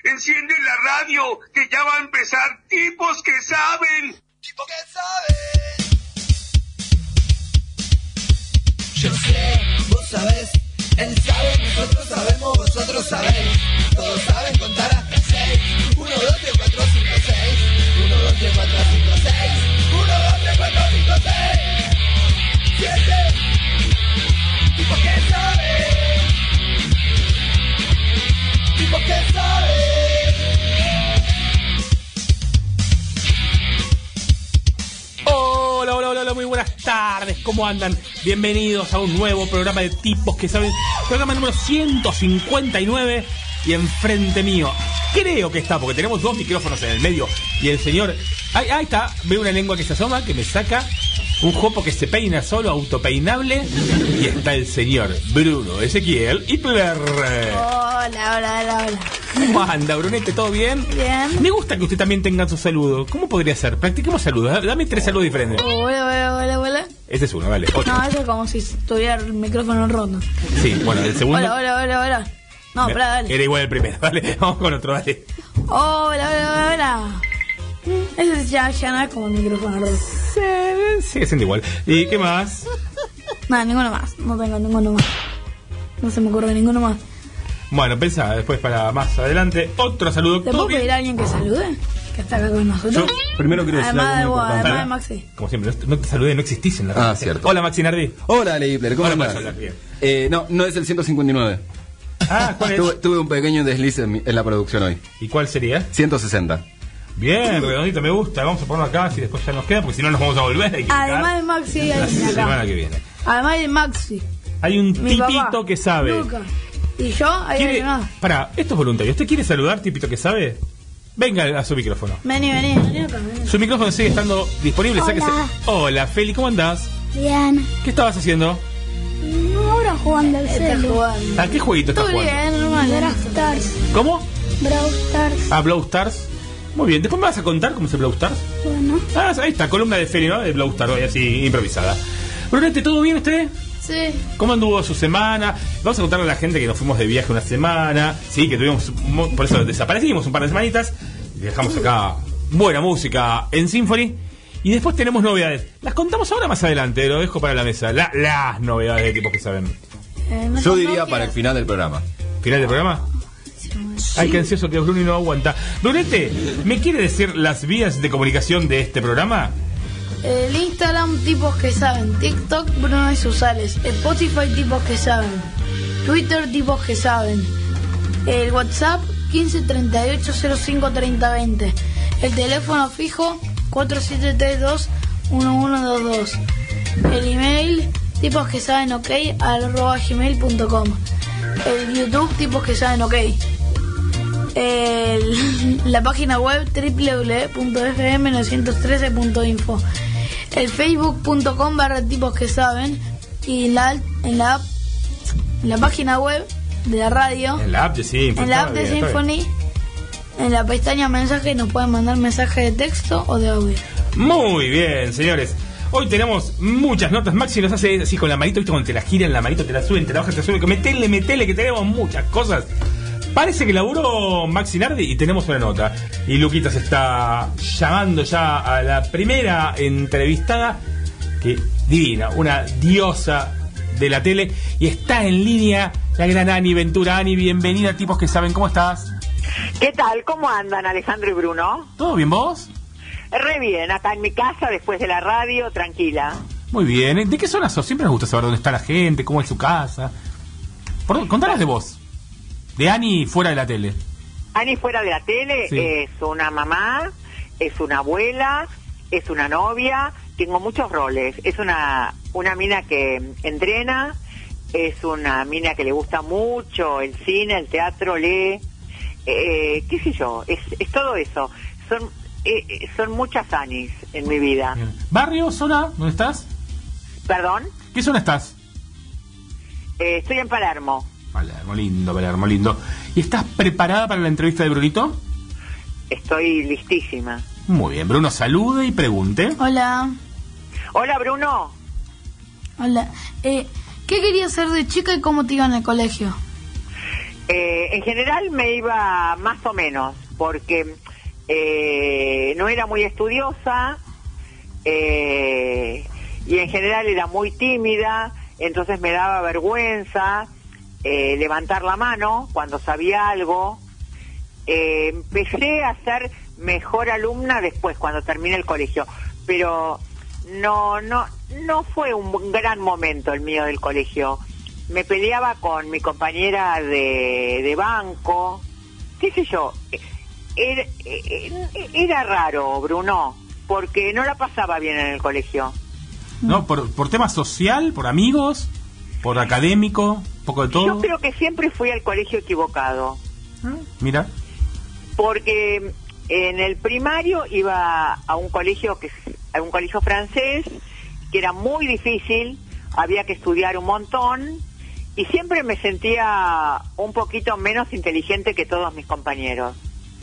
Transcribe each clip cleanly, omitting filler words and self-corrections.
Enciende la radio, que ya va a empezar Tipos que Saben. Tipos que saben. Yo sé, vos sabés, él sabe, nosotros sabemos, vosotros sabéis. Todos saben contar hasta 6. 1, 2, 3, 4, 5, 6. 1, 2, 3, 4, 5, 6. 1, 2, 3, 4, 5, 6. 7. Tipos que saben. Tipos que saben. Hola, muy buenas tardes, ¿cómo andan? Bienvenidos a un nuevo programa de Tipos que Saben, programa número 159, y enfrente mío, creo que está, porque tenemos dos micrófonos en el medio, y el señor, ahí está, veo una lengua que se asoma, que me saca, un jopo que se peina solo, autopeinable, y está el señor Bruno Ezequiel Hitler. Hola. ¿Cómo anda, Brunete? ¿Todo bien? Bien. Me gusta que usted también tenga su saludo. ¿Cómo podría ser? Practiquemos saludos. Dame 3 saludos diferentes. Hola. Ese es uno, vale. Otro. No, eso es como si tuviera el micrófono roto. Sí, bueno, el segundo. Hola. No, espera, dale. Era igual el primero, vale. Vamos con otro, vale. Hola. Ese ya no es como el micrófono roto. Sigue siendo igual. ¿Y qué más? No, ninguno más. No tengo ninguno más. No se me ocurre ninguno más. Bueno, pensá, después para más adelante. Otro saludo. ¿Te puedo pedir a alguien que salude? Que está acá con nosotros. Yo primero quiero decir además algo muy importante. Además de Maxi. Como siempre, no te saludé, no existís en la radio. Ah, cierto. Hola, Maxi Nardi. Hola, Hitler, ¿cómo Hola, andás? Maxi, hablar bien. No es el 159. Ah, ¿cuál es? Tuve un pequeño desliz en la producción hoy. ¿Y cuál sería? 160. Bien, redondito, me gusta. Vamos a ponerlo acá, si después ya nos queda, porque si no nos vamos a volver a equivocar. Además de Maxi hay la alguien acá. semana que viene. Además de Maxi. Hay un Mi tipito papá, que sabe. Lucas. Y yo, hay ¿Quiere... alguien más. Pará, esto es voluntario. ¿Usted quiere saludar, tipito que sabe? Venga a su micrófono. Vení acá, vení. Su micrófono sigue estando disponible. Hola. Sáquese. Hola, Feli, ¿cómo andás? Bien. ¿Qué estabas haciendo? Ahora jugando al Está celu. jugando. ¿A qué jueguito estás Todo jugando? bien, normal. Brawl Stars. ¿Cómo? Brawl Stars. ¿A Brawl Stars? Muy bien, ¿después me vas a contar cómo es el Brawl Stars? Bueno. Ah, ahí está, columna de Feli, ¿no? De Brawl Stars, hoy así improvisada. Brunete, ¿todo bien usted? Sí. ¿Cómo anduvo su semana? Vamos a contarle a la gente que nos fuimos de viaje una semana. Sí, que tuvimos, por eso desaparecimos un par de semanitas. Dejamos acá buena música en Symphony. Y después tenemos novedades. Las contamos ahora más adelante, lo dejo para la mesa. Las novedades de Tipos que Saben. Yo diría para el final del programa. ¿Final del programa? Ay, qué ansioso que Bruno no aguanta. Brunete, ¿me quiere decir las vías de comunicación de este programa? El Instagram, Tipos que Saben. TikTok, Bruno y Susales. Spotify, Tipos que Saben. Twitter, Tipos que Saben. El WhatsApp, 15 38 05 30 20. El teléfono fijo, 4732 1122. El email, tipos que saben ok, @gmail.com. El YouTube, Tipos que Saben ok. La página web, www.fm913.info. El facebook.com/tipos que saben. Y en la página web de la radio, En la app de Symphony. en la app de Symphony, en la pestaña mensajes nos pueden mandar mensajes de texto o de audio. Muy bien, señores. Hoy tenemos muchas notas. Maxi nos hace así con la manito, ¿viste? Cuando te la giran la manito, te la suben, te la bajan, te la suben. Metele, que tenemos muchas cosas. Parece que laburó Maxi Nardi y tenemos una nota. Y Luquita se está llamando ya a la primera entrevistada, que divina, una diosa de la tele. Y está en línea la gran Ani Ventura. Ani, bienvenida a Tipos que Saben. ¿Cómo estás? ¿Qué tal? ¿Cómo andan Alejandro y Bruno? ¿Todo bien vos? Re bien, acá en mi casa, después de la radio, tranquila. Muy bien. ¿De qué zona sos? Siempre nos gusta saber dónde está la gente, cómo es su casa. Contanos de vos. De Ani fuera de la tele. Ani fuera de la tele, Sí. Es una mamá, es una abuela, es una novia, tengo muchos roles. Es una mina que entrena, es una mina que le gusta mucho el cine, el teatro, lee, qué sé yo, es todo eso. Son muchas Anis en mi vida. Bien. ¿Barrio, zona? ¿Dónde estás? ¿Perdón? ¿Qué zona estás? Estoy en Palermo. Palermo, lindo. ¿Y estás preparada para la entrevista de Brunito? Estoy listísima. Muy bien, Bruno, salude y pregunte. Hola. Hola, Bruno. Hola. ¿Qué querías ser de chica y cómo te iba en el colegio? En general me iba más o menos, porque no era muy estudiosa y en general era muy tímida, entonces me daba vergüenza levantar la mano cuando sabía algo. Empecé a ser mejor alumna después, cuando terminé el colegio, pero no fue un gran momento el mío del colegio. Me peleaba con mi compañera de banco, qué sé yo. Era raro, Bruno, porque no la pasaba bien en el colegio. ¿No? ¿Por tema social? ¿Por amigos? ¿Por académico? ¿Un poco de todo? Yo creo que siempre fui al colegio equivocado. Mira. Porque en el primario iba a un colegio francés, que era muy difícil, había que estudiar un montón, y siempre me sentía un poquito menos inteligente que todos mis compañeros.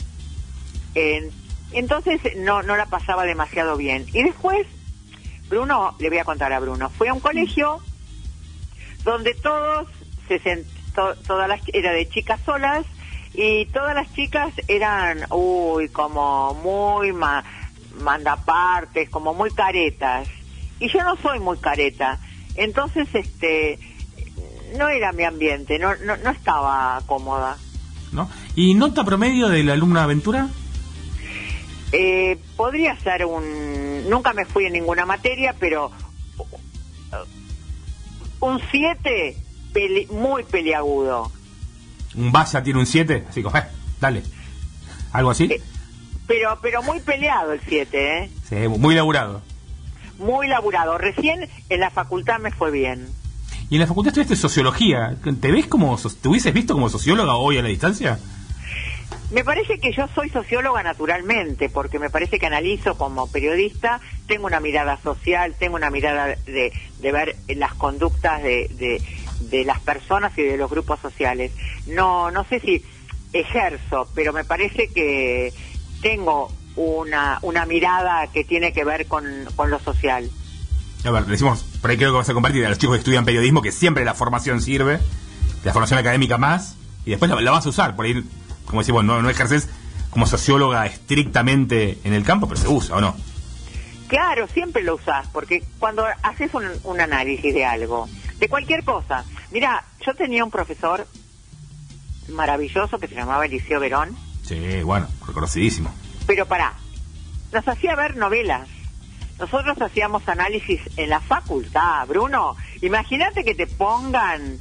Entonces no la pasaba demasiado bien. Y después, Bruno, le voy a contar a Bruno, fue a un colegio donde todas era de chicas solas, y todas las chicas eran, como muy mandapartes, como muy caretas. Y yo no soy muy careta. Entonces, no era mi ambiente, no estaba cómoda. ¿No? ¿Y nota promedio de la alumna aventura? Podría ser nunca me fui en ninguna materia, pero un 7 muy peliagudo. ¿Un Vaya tiene un 7? Así como, dale. ¿Algo así? Pero muy peleado el 7, ¿eh? Sí, muy laburado. Muy laburado. Recién en la facultad me fue bien. ¿Y en la facultad estudiaste sociología? ¿Te hubieses visto como socióloga hoy a la distancia? Me parece que yo soy socióloga naturalmente, porque me parece que analizo como periodista, tengo una mirada social, tengo una mirada de ver las conductas de las personas y de los grupos sociales. No sé si ejerzo, pero me parece que tengo una mirada que tiene que ver con lo social. A ver, le decimos, por ahí creo que vas a compartir a los chicos que estudian periodismo que siempre la formación sirve, la formación académica más, y después la vas a usar, por ahí, como decimos, no ejerces como socióloga estrictamente en el campo, pero se usa, ¿o no? Claro, siempre lo usás, porque cuando haces un análisis de algo, de cualquier cosa. Mira, yo tenía un profesor maravilloso que se llamaba Eliseo Verón. Sí, bueno, reconocidísimo. Pero nos hacía ver novelas. Nosotros hacíamos análisis en la facultad, Bruno. Imagínate que te pongan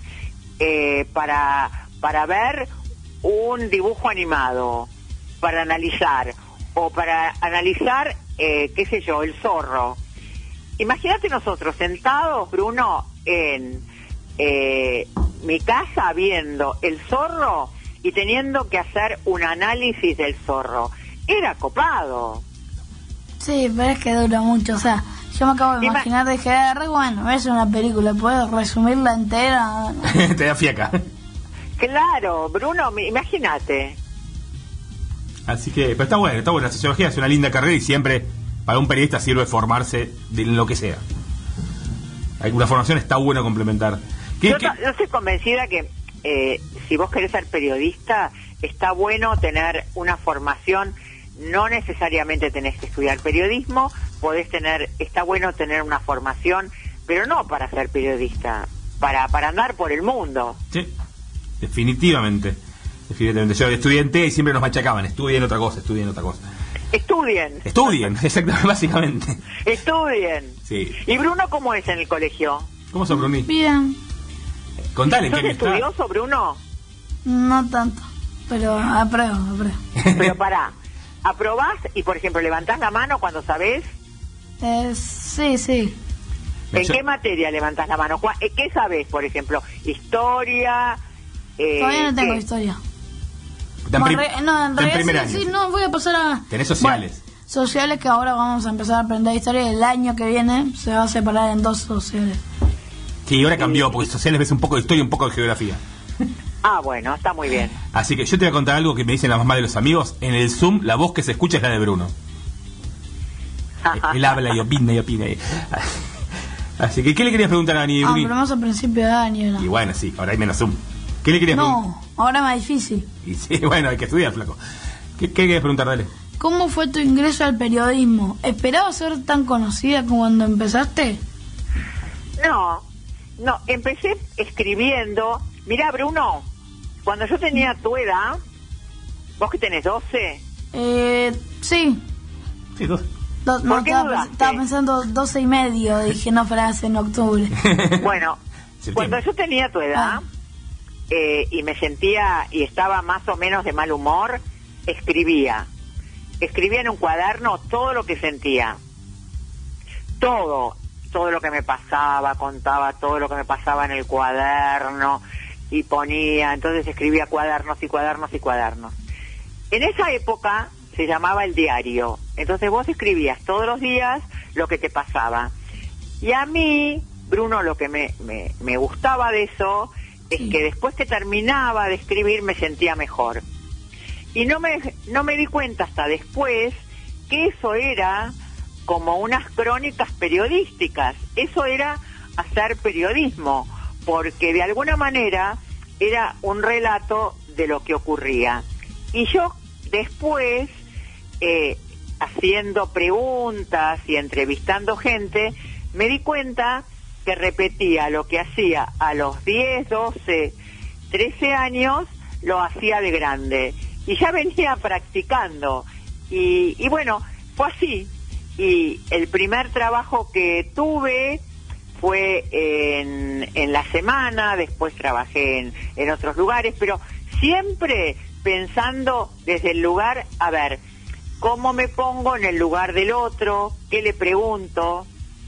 para ver un dibujo animado, para analizar, o para analizar, qué sé yo, el zorro. Imagínate nosotros sentados, Bruno, en mi casa viendo el zorro y teniendo que hacer un análisis del zorro. Era copado. Sí, pero es que dura mucho, o sea, yo me acabo de imaginar, dije, bueno, es una película, ¿puedo resumirla entera? Te da fiaca. Claro, Bruno, imagínate. Así que, pero está bueno, la sociología es una linda carrera y siempre para un periodista sirve formarse de lo que sea. Alguna formación está bueno complementar. Yo estoy convencida que si vos querés ser periodista, está bueno tener una formación. No necesariamente tenés que estudiar periodismo, está bueno tener una formación, pero no para ser periodista, para andar por el mundo. Sí, definitivamente. Yo estudiante y siempre nos machacaban, estudien otra cosa. Estudien, exactamente, básicamente. Estudien. Sí. ¿Y Bruno cómo es en el colegio? ¿Cómo sos, Bruni? Bien. Contale, ¿Sos estudioso, Bruno? No tanto, pero apruebo. Pero ¿aprobás y, por ejemplo, levantás la mano cuando sabés? Sí. ¿En qué materia levantás la mano? ¿Qué sabés, por ejemplo? ¿Historia? Todavía no tengo historia. En realidad sí, voy a pasar a... ¿Tenés sociales? Bueno, sociales, que ahora vamos a empezar a aprender historia. El año que viene se va a separar en 2 sociales. Sí, ahora cambió, porque sociales ves un poco de historia y un poco de geografía. Ah, bueno, está muy bien. Así que yo te voy a contar algo que me dicen las mamás de los amigos. En el Zoom, la voz que se escucha es la de Bruno. Él habla y opina. Así que, ¿qué le querías preguntar a Dani? Pero más al principio de año, ¿no? Y bueno, sí, ahora hay menos Zoom. ¿Qué le querías preguntar? No, ahora más difícil. Y sí, bueno, hay que estudiar, flaco. ¿Qué querías preguntar? Dale. ¿Cómo fue tu ingreso al periodismo? ¿Esperabas ser tan conocida como cuando empezaste? No, empecé escribiendo. Mirá, Bruno, cuando yo tenía tu edad, ¿vos que tenés 12? Sí. Sí, 2. ¿Por qué dudaste? Estaba pensando 12 y medio. Dije, no, frase en octubre. Bueno, cuando yo tenía tu edad y me sentía y estaba más o menos de mal humor, escribía en un cuaderno todo lo que sentía, todo lo que me pasaba, contaba todo lo que me pasaba en el cuaderno y ponía, entonces escribía cuadernos y cuadernos y cuadernos. En esa época se llamaba el diario, entonces vos escribías todos los días lo que te pasaba. Y a mí, Bruno, lo que me gustaba de eso es que después que terminaba de escribir me sentía mejor. Y no me di cuenta hasta después que eso era como unas crónicas periodísticas. Eso era hacer periodismo, porque de alguna manera era un relato de lo que ocurría. Y yo después, haciendo preguntas y entrevistando gente, me di cuenta que repetía lo que hacía a los 10, 12, 13 años, lo hacía de grande. Y ya venía practicando. Y bueno, fue así. Y el primer trabajo que tuve fue en La Semana, después trabajé en otros lugares, pero siempre pensando desde el lugar, a ver, cómo me pongo en el lugar del otro, qué le pregunto,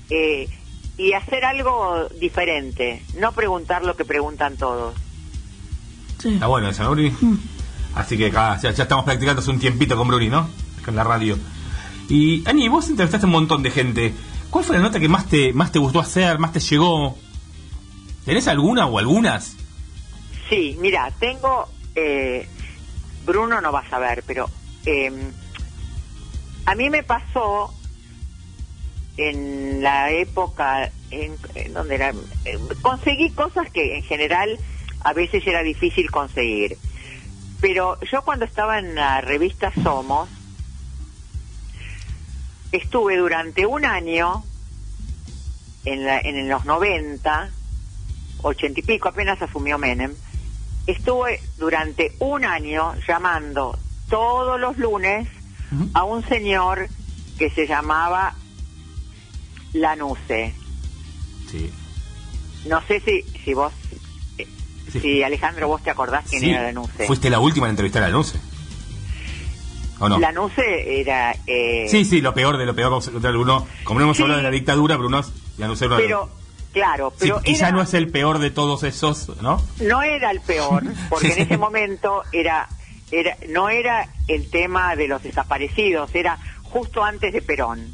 y hacer algo diferente, no preguntar lo que preguntan todos. Sí. Está bueno eso, ¿no, Bruni? Así que acá ya estamos practicando hace un tiempito con Bruni, ¿no? Con la radio. Y, Ani, vos entrevistaste a un montón de gente. ¿Cuál fue la nota que más te gustó hacer, más te llegó? ¿Tenés alguna o algunas? Sí, mira, tengo... Bruno no va a saber, pero... a mí me pasó en la época... en donde era... conseguí cosas que en general a veces era difícil conseguir. Pero yo cuando estaba en la revista Somos, estuve durante un año, en los 90, 80 y pico, apenas asumió Menem, estuve durante un año llamando todos los lunes a un señor que se llamaba Lanuse. Sí. No sé si vos... Si Alejandro, vos te acordás quién era Lanuse. Fuiste la última en entrevistar a Lanuse, ¿o no? Lanuse era... Sí, lo peor de lo peor. Como no hemos hablado de la dictadura, Bruno, Lanuse era... Pero, claro, pero... Sí, quizá no es el peor de todos esos, ¿no? No era el peor, porque en ese momento no era el tema de los desaparecidos, era justo antes de Perón.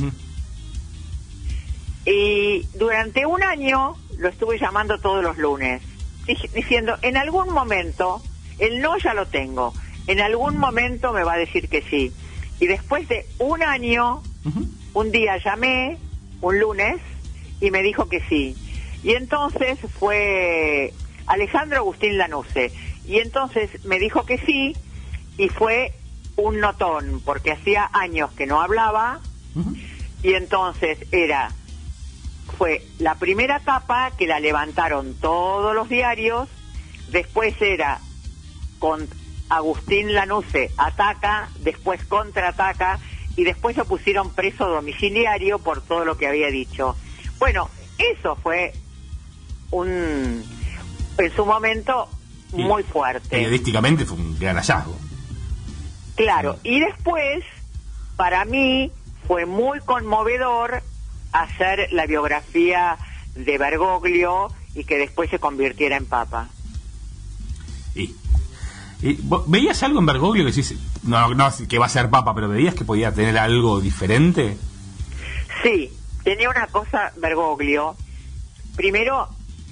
Y durante un año lo estuve llamando todos los lunes, diciendo, en algún momento, el no ya lo tengo, en algún momento me va a decir que sí. Y después de un año, un día llamé, un lunes, y me dijo que sí. Y entonces fue Alejandro Agustín Lanuse. Y entonces me dijo que sí, y fue un notón, porque hacía años que no hablaba, y entonces fue la primera etapa que la levantaron todos los diarios, después era con Agustín Lanuse ataca, después contraataca, y después lo pusieron preso domiciliario por todo lo que había dicho. Bueno, eso fue en su momento muy fuerte. Periodísticamente fue un gran hallazgo. Claro, y después, para mí, fue muy conmovedor hacer la biografía de Bergoglio y que después se convirtiera en papa. ¿Y veías algo en Bergoglio que decís, no que va a ser papa, pero veías que podía tener algo diferente? Sí, tenía una cosa Bergoglio. Primero,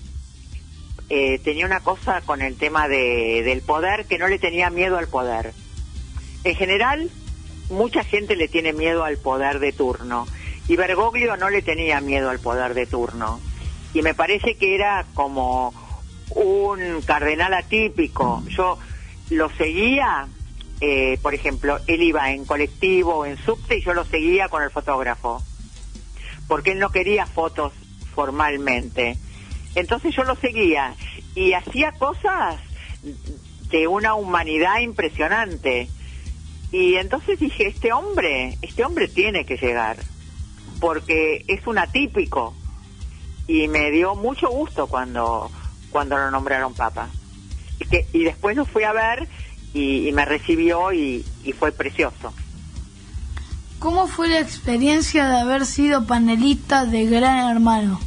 tenía una cosa con el tema del poder, que no le tenía miedo al poder. En general, mucha gente le tiene miedo al poder de turno, y Bergoglio no le tenía miedo al poder de turno. Y me parece que era como un cardenal atípico. Yo lo seguía, por ejemplo, él iba en colectivo o en subte y yo lo seguía con el fotógrafo, porque él no quería fotos formalmente. Entonces yo lo seguía y hacía cosas de una humanidad impresionante. Y entonces dije, este hombre tiene que llegar, porque es un atípico. Y me dio mucho gusto cuando lo nombraron papa. Y después lo fui a ver y me recibió y fue precioso. ¿Cómo fue la experiencia de haber sido panelista de Gran Hermano?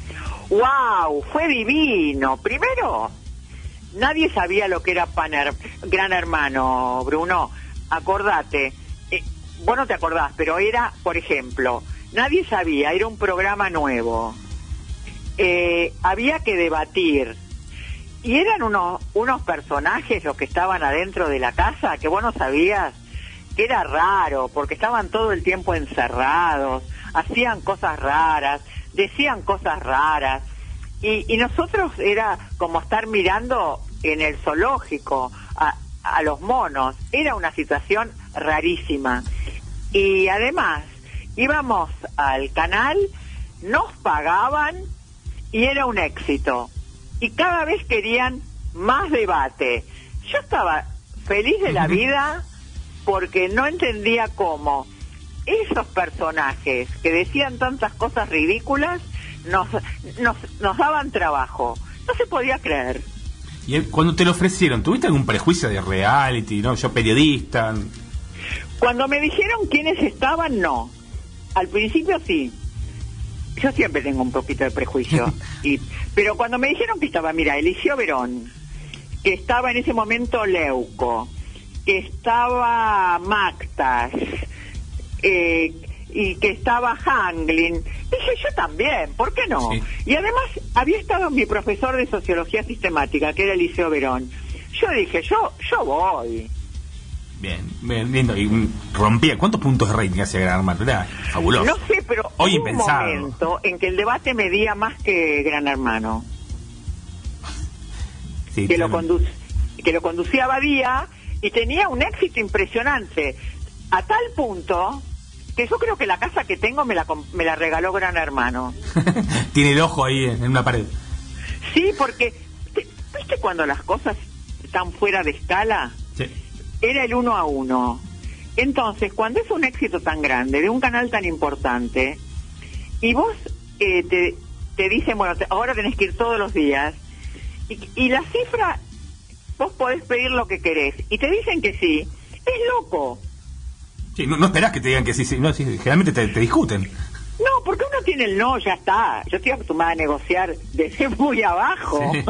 ¡Wow! Fue divino. Primero, nadie sabía lo que era Gran Hermano, Bruno. Acordate, vos no te acordás, pero era, por ejemplo, nadie sabía, era un programa nuevo. Había que debatir. Y eran unos personajes los que estaban adentro de la casa que vos no sabías, que era raro, porque estaban todo el tiempo encerrados, hacían cosas raras, decían cosas raras. Y nosotros era como estar mirando en el zoológico a los monos. Era una situación rarísima. Y además, íbamos al canal, nos pagaban y era un éxito. Y cada vez querían más debate. Yo estaba feliz de la vida porque no entendía cómo esos personajes que decían tantas cosas ridículas nos daban trabajo. No se podía creer. Y cuando te lo ofrecieron, ¿tuviste algún prejuicio de reality? ¿No? Yo periodista. Cuando me dijeron quiénes estaban, no. Al principio sí. Yo siempre tengo un poquito de prejuicio. Pero cuando me dijeron que estaba, mira, Eliseo Verón, que estaba en ese momento Leuco, que estaba Mactas, y que estaba Hanglin, dije, yo también, ¿por qué no? Sí. Y además había estado mi profesor de Sociología Sistemática, que era Eliseo Verón. Yo dije, yo voy. Bien, lindo. Y rompía. ¿Cuántos puntos de rating hacía Gran Hermano? Era fabuloso. No sé, pero hoy hubo un momento en que el debate medía más que Gran Hermano. Sí, que lo conducía Badía y tenía un éxito impresionante. A tal punto que yo creo que la casa que tengo me la regaló Gran Hermano. Tiene el ojo ahí en una pared. Sí, porque ¿viste cuando las cosas están fuera de escala? Sí. Era el 1-1. Entonces, cuando es un éxito tan grande, de un canal tan importante, y vos te dicen, bueno, ahora tenés que ir todos los días, y la cifra, vos podés pedir lo que querés, y te dicen que sí, es loco. Sí, no esperás que te digan que sí, no, sí, generalmente te discuten. No, porque uno tiene el no, ya está. Yo estoy acostumbrada a negociar desde muy abajo. Sí.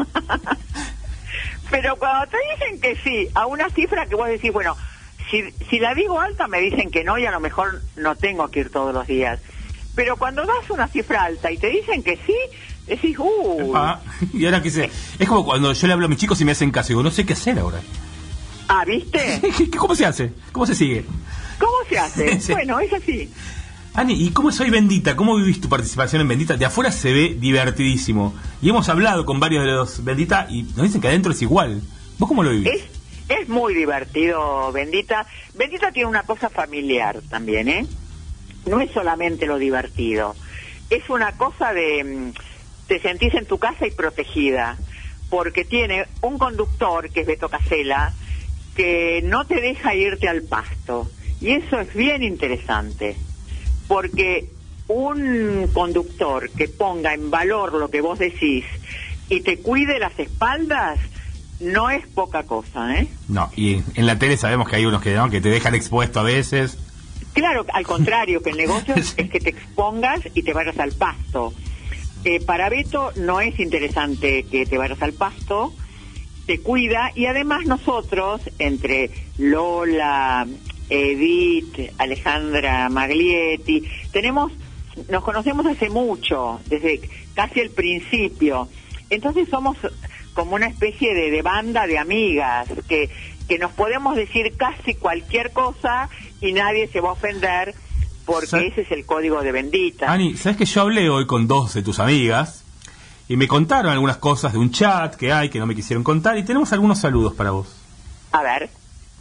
Pero cuando te dicen que sí, a una cifra que vos decís, bueno, si la digo alta me dicen que no y a lo mejor no tengo que ir todos los días. Pero cuando das una cifra alta y te dicen que sí, decís, y ahora qué sé. Es como cuando yo le hablo a mis chicos y me hacen caso, digo, no sé qué hacer ahora. Ah, ¿viste? ¿Cómo se hace? ¿Cómo se sigue? ¿Cómo se hace? Sí. Bueno, es así. Ani, ¿y cómo es hoy Bendita? ¿Cómo vivís tu participación en Bendita? De afuera se ve divertidísimo. Y hemos hablado con varios de los Bendita y nos dicen que adentro es igual. ¿Vos cómo lo vivís? Es muy divertido, Bendita. Bendita tiene una cosa familiar también, ¿eh? No es solamente lo divertido. Es una cosa de... te sentís en tu casa y protegida. Porque tiene un conductor, que es Beto Casella, que no te deja irte al pasto. Y eso es bien interesante. Porque un conductor que ponga en valor lo que vos decís y te cuide las espaldas, no es poca cosa, ¿eh? No, y en la tele sabemos que hay unos que te dejan expuesto a veces. Claro, al contrario, que el negocio es que te expongas y te vayas al pasto. Para Beto no es interesante que te vayas al pasto, te cuida, y además nosotros, entre Lola, Edith, Alejandra Maglietti, nos conocemos hace mucho, desde casi el principio. Entonces somos como una especie de banda de amigas que nos podemos decir casi cualquier cosa y nadie se va a ofender, porque ese es el código de Bendita. Ani, ¿sabes que yo hablé hoy con dos de tus amigas y me contaron algunas cosas de un chat que hay que no me quisieron contar, y tenemos algunos saludos para vos. A ver.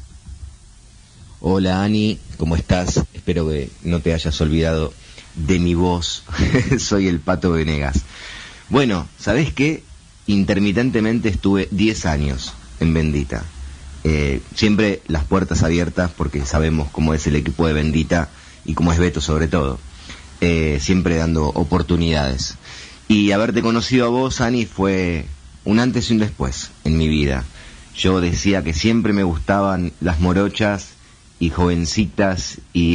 Hola Ani, ¿cómo estás? Espero que no te hayas olvidado de mi voz. Soy el Pato Venegas. Bueno, ¿sabés qué? Intermitentemente estuve 10 años en Bendita. Siempre las puertas abiertas, porque sabemos cómo es el equipo de Bendita y cómo es Beto sobre todo. Siempre dando oportunidades. Y haberte conocido a vos, Ani, fue un antes y un después en mi vida. Yo decía que siempre me gustaban las morochas y jovencitas y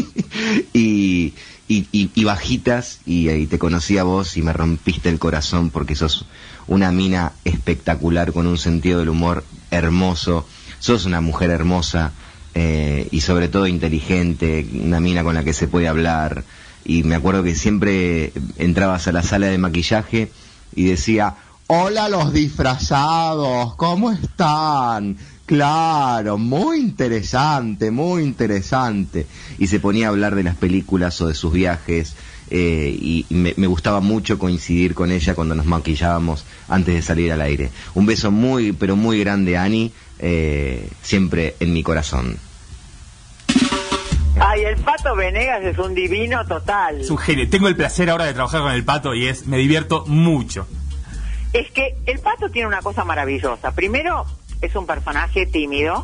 bajitas, y te conocí a vos y me rompiste el corazón porque sos una mina espectacular con un sentido del humor hermoso, sos una mujer hermosa y sobre todo inteligente, una mina con la que se puede hablar. Y me acuerdo que siempre entrabas a la sala de maquillaje y decía: hola los disfrazados, ¿cómo están? Claro, muy interesante, muy interesante. Y se ponía a hablar de las películas o de sus viajes, y me gustaba mucho coincidir con ella cuando nos maquillábamos antes de salir al aire. Un beso muy, pero muy grande, Ani, siempre en mi corazón. Ay, el Pato Venegas es un divino total. Es un genio. Tengo el placer ahora de trabajar con el Pato y me divierto mucho. Es que el Pato tiene una cosa maravillosa. Primero, es un personaje tímido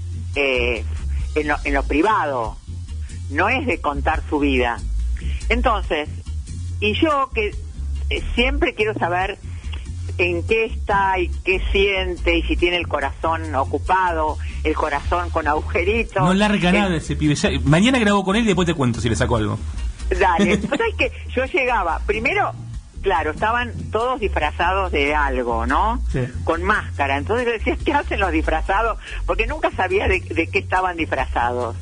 en lo privado. No es de contar su vida. Entonces, y yo que siempre quiero saber en qué está y qué siente, y si tiene el corazón ocupado, el corazón con agujeritos. No larga nada ese pibe. Mañana grabo con él y después te cuento si le saco algo. Dale. ¿Sabes qué? Yo llegaba, primero, claro, estaban todos disfrazados de algo, ¿no? Sí. Con máscara. Entonces yo decía, ¿qué hacen los disfrazados? Porque nunca sabía de qué estaban disfrazados.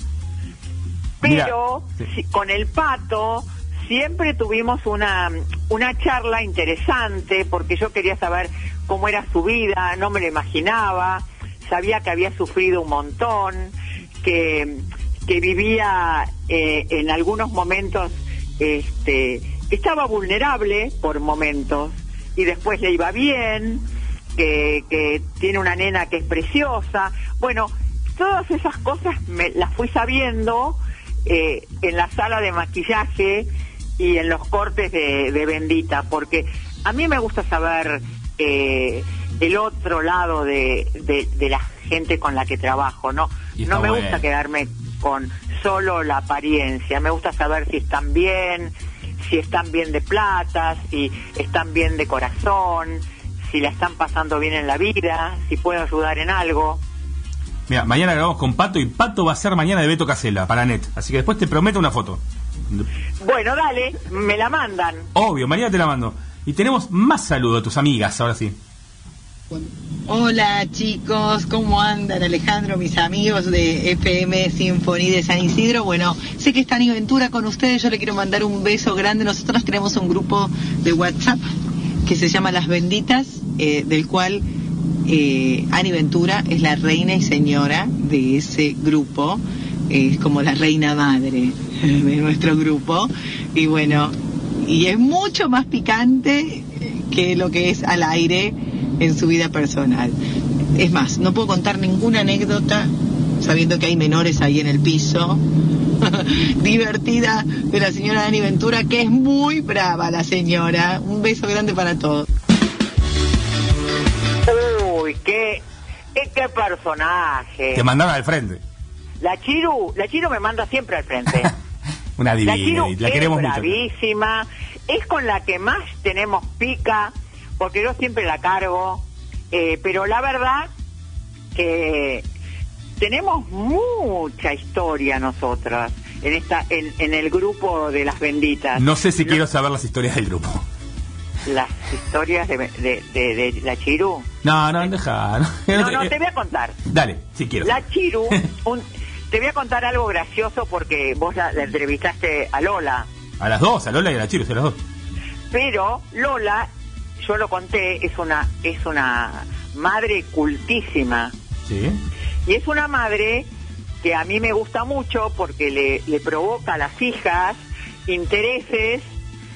Pero sí, con el Pato siempre tuvimos una charla interesante, porque yo quería saber cómo era su vida, no me lo imaginaba, sabía que había sufrido un montón, que vivía en algunos momentos, estaba vulnerable por momentos, y después le iba bien, que tiene una nena que es preciosa. Bueno, todas esas cosas las fui sabiendo en la sala de maquillaje y en los cortes de Bendita, porque a mí me gusta saber el otro lado de la gente con la que trabajo, no me gusta quedarme con solo la apariencia, me gusta saber si están bien de plata, si están bien de corazón, si la están pasando bien en la vida, si puedo ayudar en algo. Mira, mañana grabamos con Pato, y Pato va a ser mañana de Beto Casella para Net, así que después te prometo una foto. Bueno, dale, me la mandan. Obvio, mañana te la mando. Y tenemos más saludos de tus amigas, ahora sí. Hola chicos, ¿cómo andan? Alejandro, mis amigos de FM Sinfonía de San Isidro. Bueno, sé que está Ani Ventura con ustedes, yo le quiero mandar un beso grande. Nosotros tenemos un grupo de WhatsApp que se llama Las Benditas, del cual Ani Ventura es la reina y señora de ese grupo, es como la reina madre de nuestro grupo, y bueno, y es mucho más picante que lo que es al aire en su vida personal. Es más, no puedo contar ninguna anécdota sabiendo que hay menores ahí en el piso divertida de la señora Ani Ventura, que es muy brava la señora. Un beso grande para todos. Uy, qué personaje. Te mandaron al frente. La Chiru me manda siempre al frente. Una divina, la Chiru la queremos mucho. Es bravísima, es con la que más tenemos pica, porque yo siempre la cargo, pero la verdad que tenemos mucha historia nosotras en el grupo de Las Benditas. No sé si quiero saber las historias del grupo. Las historias de la Chiru. No, deja. No, te voy a contar. Dale, si quiero. La Chiru, te voy a contar algo gracioso, porque vos la entrevistaste a Lola. A las dos, a Lola y a la Chiru, a las dos. Pero Lola, yo lo conté, es una madre cultísima. Sí. Y es una madre que a mí me gusta mucho, porque le provoca a las hijas intereses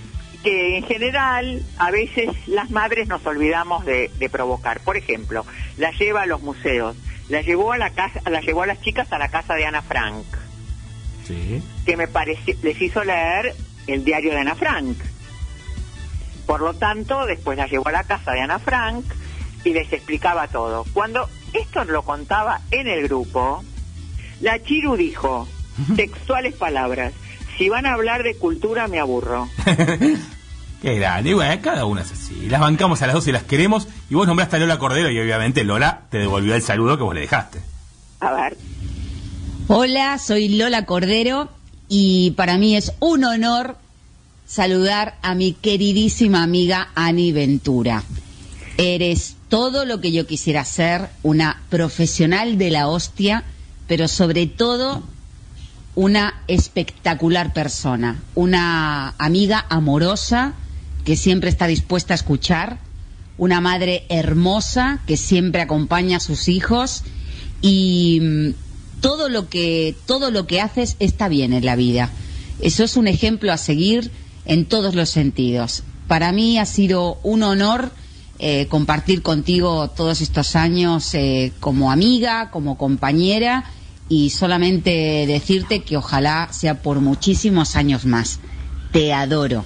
que en general a veces las madres nos olvidamos de provocar. Por ejemplo, la lleva a los museos, la llevó a las chicas a la casa de Ana Frank, sí, que les hizo leer el diario de Ana Frank. Por lo tanto, después la llevó a la casa de Ana Frank y les explicaba todo. Cuando esto lo contaba en el grupo, la Chiru dijo, textuales palabras: si van a hablar de cultura me aburro. Qué grande. Y bueno, cada una es así. Las bancamos a las dos y las queremos. Y vos nombraste a Lola Cordero y obviamente Lola te devolvió el saludo que vos le dejaste. A ver. Hola, soy Lola Cordero y para mí es un honor saludar a mi queridísima amiga Ani Ventura. Eres todo lo que yo quisiera ser, una profesional de la hostia, pero sobre todo una espectacular persona, una amiga amorosa que siempre está dispuesta a escuchar, una madre hermosa que siempre acompaña a sus hijos y todo lo que haces está bien en la vida. Eso es un ejemplo a seguir en todos los sentidos. Para mí ha sido un honor compartir contigo todos estos años como amiga, como compañera, y solamente decirte que ojalá sea por muchísimos años más. Te adoro.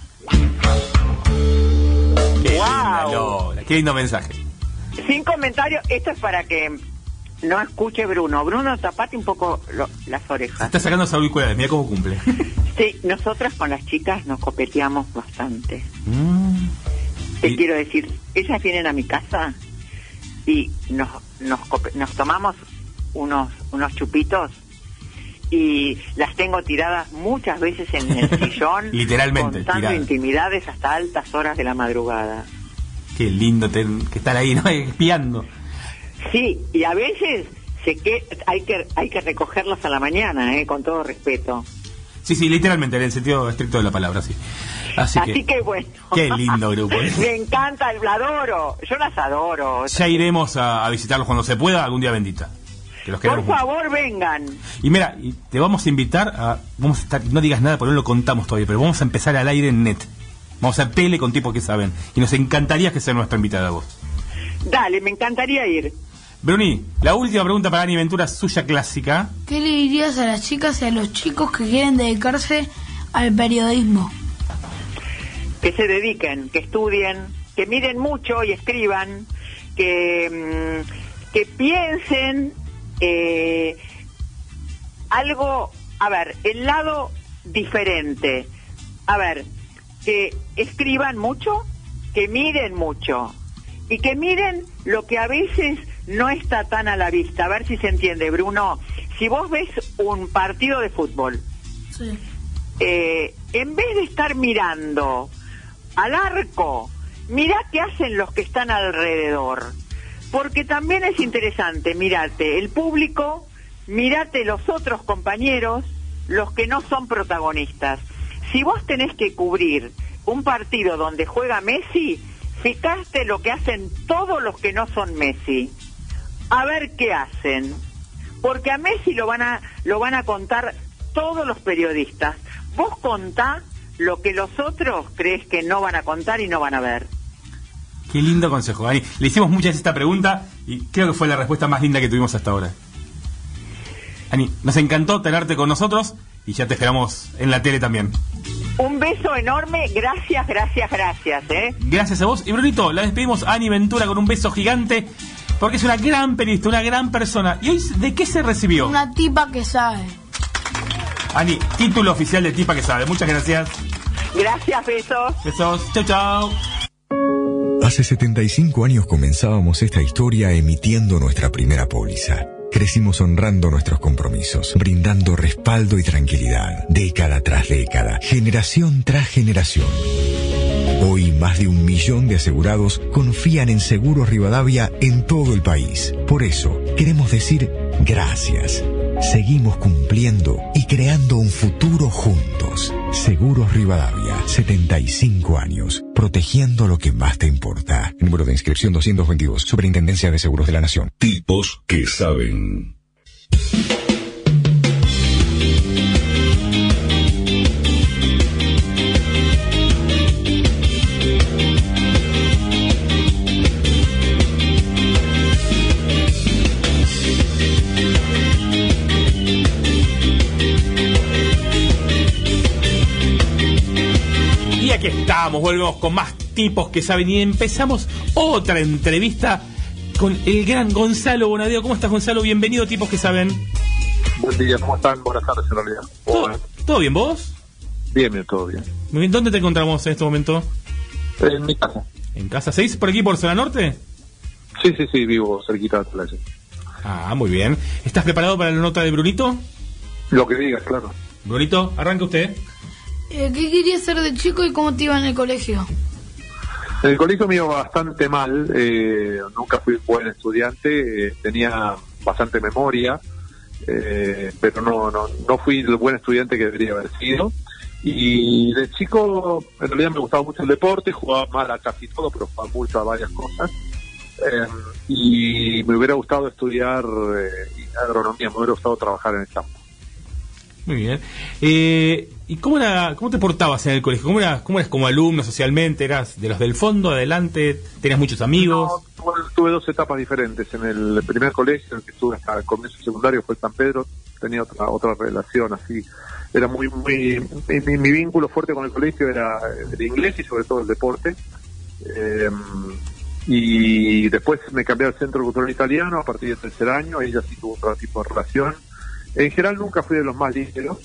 Qué linda, Lola. Qué lindo mensaje. Sin comentarios, esto es para que no escuche Bruno. Bruno, tapate un poco las orejas. Está sacando los auriculares, mira cómo cumple. Sí, nosotras con las chicas nos copeteamos bastante. Te quiero decir, ellas vienen a mi casa y nos tomamos unos chupitos y las tengo tiradas muchas veces en el sillón. Literalmente contando tiradas. Intimidades hasta altas horas de la madrugada. Qué lindo que estar ahí, ¿no? Espiando. Sí, y a veces hay que recogerlas a la mañana, con todo respeto. Sí, literalmente, en el sentido estricto de la palabra, sí. Así que bueno. Qué lindo grupo. Me encanta, la adoro. Yo las adoro. Ya iremos a visitarlos cuando se pueda, algún día bendita. Que los Por mucho. favor, vengan. Y mira, te vamos a invitar vamos a estar, no digas nada porque no lo contamos todavía, pero vamos a empezar al aire en net. Vamos a hacer tele con tipos que saben. Y nos encantaría que sea nuestra invitada vos. Dale, me encantaría ir. Bruni, la última pregunta para Ani Ventura, suya clásica. ¿Qué le dirías a las chicas y a los chicos que quieren dedicarse al periodismo? Que se dediquen, que estudien, que miren mucho y escriban, que piensen algo, el lado diferente. Que escriban mucho, que miren mucho y que miren lo que a veces no está tan a la vista. A ver si se entiende, Bruno. Si vos ves un partido de fútbol, sí, en vez de estar mirando al arco, mirá qué hacen los que están alrededor, porque también es interesante mirarte el público, mirate los otros compañeros, los que no son protagonistas. Si vos tenés que cubrir un partido donde juega Messi, fijate lo que hacen todos los que no son Messi, a ver qué hacen, porque a Messi lo van a contar todos los periodistas. Vos contá lo que los otros crees que no van a contar y no van a ver. Qué lindo consejo, Ani. Le hicimos muchas esta pregunta y creo que fue la respuesta más linda que tuvimos hasta ahora. Ani, nos encantó tenerte con nosotros y ya te esperamos en la tele también. Un beso enorme, gracias. Gracias a vos. Y Brunito, la despedimos a Ani Ventura con un beso gigante porque es una gran periodista, una gran persona. ¿Y hoy de qué se recibió? Una tipa que sabe. Ani, título oficial de tipa que sabe. Muchas gracias. Gracias, besos. Besos. Chau, chau. Hace 75 años comenzábamos esta historia emitiendo nuestra primera póliza. Crecimos honrando nuestros compromisos, brindando respaldo y tranquilidad, década tras década, generación tras generación. Hoy más de 1 millón de asegurados confían en Seguros Rivadavia en todo el país. Por eso, queremos decir gracias. Seguimos cumpliendo y creando un futuro juntos. Seguros Rivadavia, 75 años, protegiendo lo que más te importa. Número de inscripción 222, Superintendencia de Seguros de la Nación. Tipos que saben. volvemos con más tipos que saben y empezamos otra entrevista con el gran Gonzalo Bonadeo. ¿Cómo estás, Gonzalo? Bienvenido, tipos que saben. Buen día, ¿cómo están? Buenas tardes, en realidad. ¿Todo bien, vos? Bien, todo bien. Muy bien. ¿Dónde te encontramos en este momento? En mi casa. ¿En casa? ¿6 por aquí, por zona norte? Sí, vivo cerquita de la playa. Ah, muy bien. ¿Estás preparado para la nota de Brunito? Lo que digas, claro. Brunito, arranca usted. ¿Qué querías ser de chico y cómo te iba en el colegio? En el colegio me iba bastante mal, nunca fui buen estudiante, tenía bastante memoria, pero no fui el buen estudiante que debería haber sido. Y de chico, en realidad me gustaba mucho el deporte, jugaba mal a casi todo, pero jugaba mucho a varias cosas. Y me hubiera gustado estudiar agronomía, me hubiera gustado trabajar en el campo. Muy bien. ¿Y cómo te portabas en el colegio? ¿Cómo eras como alumno socialmente? ¿Eras de los del fondo, adelante? ¿Tenías muchos amigos? No, tuve dos etapas diferentes. En el primer colegio, en el que estuve hasta el comienzo secundario, fue San Pedro, tenía otra relación así. Era mi vínculo fuerte con el colegio era el inglés y sobre todo el deporte. Y después me cambié al Centro Cultural Italiano a partir del tercer año, ahí ya sí tuvo otro tipo de relación. En general nunca fui de los más ligeros,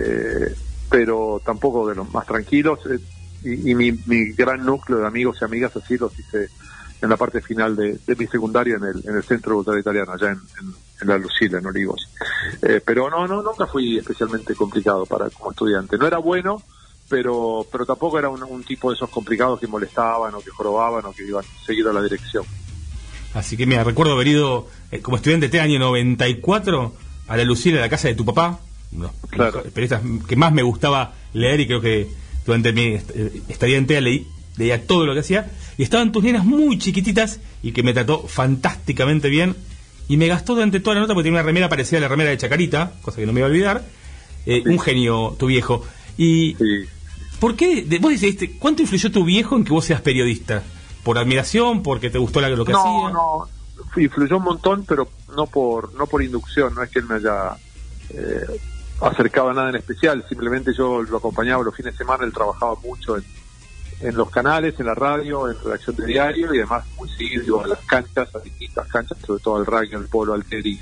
pero tampoco de los más tranquilos, y mi gran núcleo de amigos y amigas así los hice en la parte final de mi secundaria en el Centro Cultural Italiano, allá en La Lucila, en Olivos. Pero nunca fui especialmente complicado como estudiante. No era bueno, pero tampoco era un tipo de esos complicados que molestaban o que jorobaban o que iban seguido a la dirección. Así que mira, recuerdo haber ido como estudiante este año 94 a La Lucila, a la casa de tu papá, uno de los periodistas que más me gustaba leer, y creo que durante mi estadía entera leía todo lo que hacía, y estaban tus nenas muy chiquititas y que me trató fantásticamente bien, y me gastó durante toda la nota porque tenía una remera parecida a la remera de Chacarita, cosa que no me iba a olvidar. Un genio tu viejo. Y ¿por qué vos decidiste, cuánto influyó tu viejo en que vos seas periodista? ¿Por admiración? ¿Porque te gustó lo que hacía? No, influyó un montón, pero no por inducción. No es que él me haya acercado a nada en especial, simplemente yo lo acompañaba los fines de semana. Él trabajaba mucho en los canales, en la radio, en redacción de diario, y además muy seguido a las canchas, a distintas canchas, sobre todo al rugby, al polo, al tenis.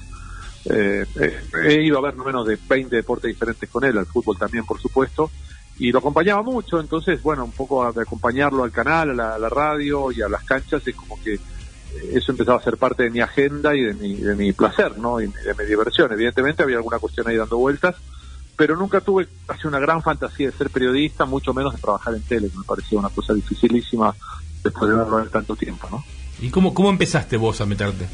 He ido a ver no menos de 20 deportes diferentes con él, al fútbol también, por supuesto, y lo acompañaba mucho. Entonces, bueno, un poco de acompañarlo al canal, a la radio y a las canchas, es como que eso empezaba a ser parte de mi agenda y de mi placer, ¿no? Y de mi diversión. Evidentemente había alguna cuestión ahí dando vueltas, pero nunca tuve casi una gran fantasía de ser periodista, mucho menos de trabajar en tele, que me parecía una cosa dificilísima después de verlo en tanto tiempo, ¿no? ¿Y cómo empezaste vos a meterte?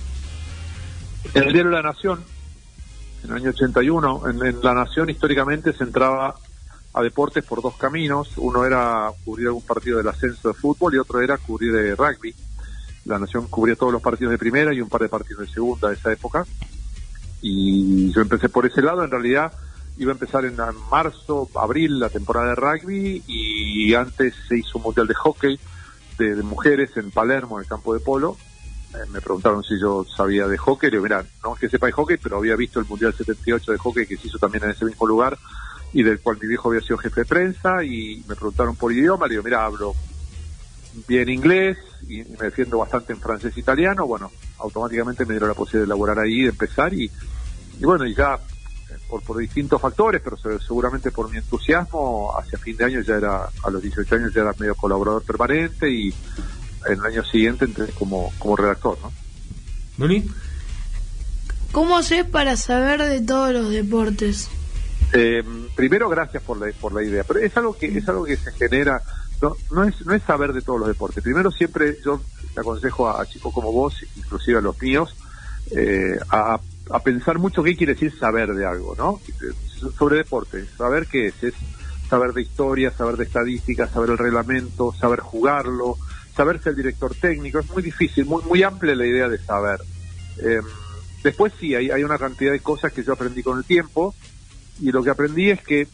En el diario La Nación, en el año 81, en La Nación históricamente se entraba a deportes por dos caminos. Uno era cubrir algún partido del ascenso de fútbol y otro era cubrir de rugby. La Nación cubría todos los partidos de primera y un par de partidos de segunda de esa época, y yo empecé por ese lado. En realidad iba a empezar en marzo, abril, la temporada de rugby, y antes se hizo un mundial de hockey de mujeres en Palermo, en el campo de polo. Me preguntaron si yo sabía de hockey. Le digo, mira, no es que sepa de hockey, pero había visto el mundial 78 de hockey que se hizo también en ese mismo lugar, y del cual mi viejo había sido jefe de prensa. Y me preguntaron por idioma. Le digo, mira, hablo bien inglés y me defiendo bastante en francés e italiano. Bueno, automáticamente me dieron la posibilidad de elaborar ahí, de empezar, y bueno, y ya por distintos factores, pero seguramente por mi entusiasmo, hacia fin de año a los 18 años ya era medio colaborador permanente, y en el año siguiente entré como redactor, ¿no? ¿Luli? ¿Cómo haces para saber de todos los deportes? Primero, gracias por la idea, pero es algo que se genera. No es saber de todos los deportes. Primero, siempre yo le aconsejo a chicos como vos, inclusive a los míos, a pensar mucho qué quiere decir saber de algo, ¿no? Sobre deporte. Saber qué es saber de historia, saber de estadística, saber el reglamento, saber jugarlo, saber ser el director técnico. Es muy difícil, muy amplia la idea de saber. Después sí, hay una cantidad de cosas que yo aprendí con el tiempo, y lo que aprendí es que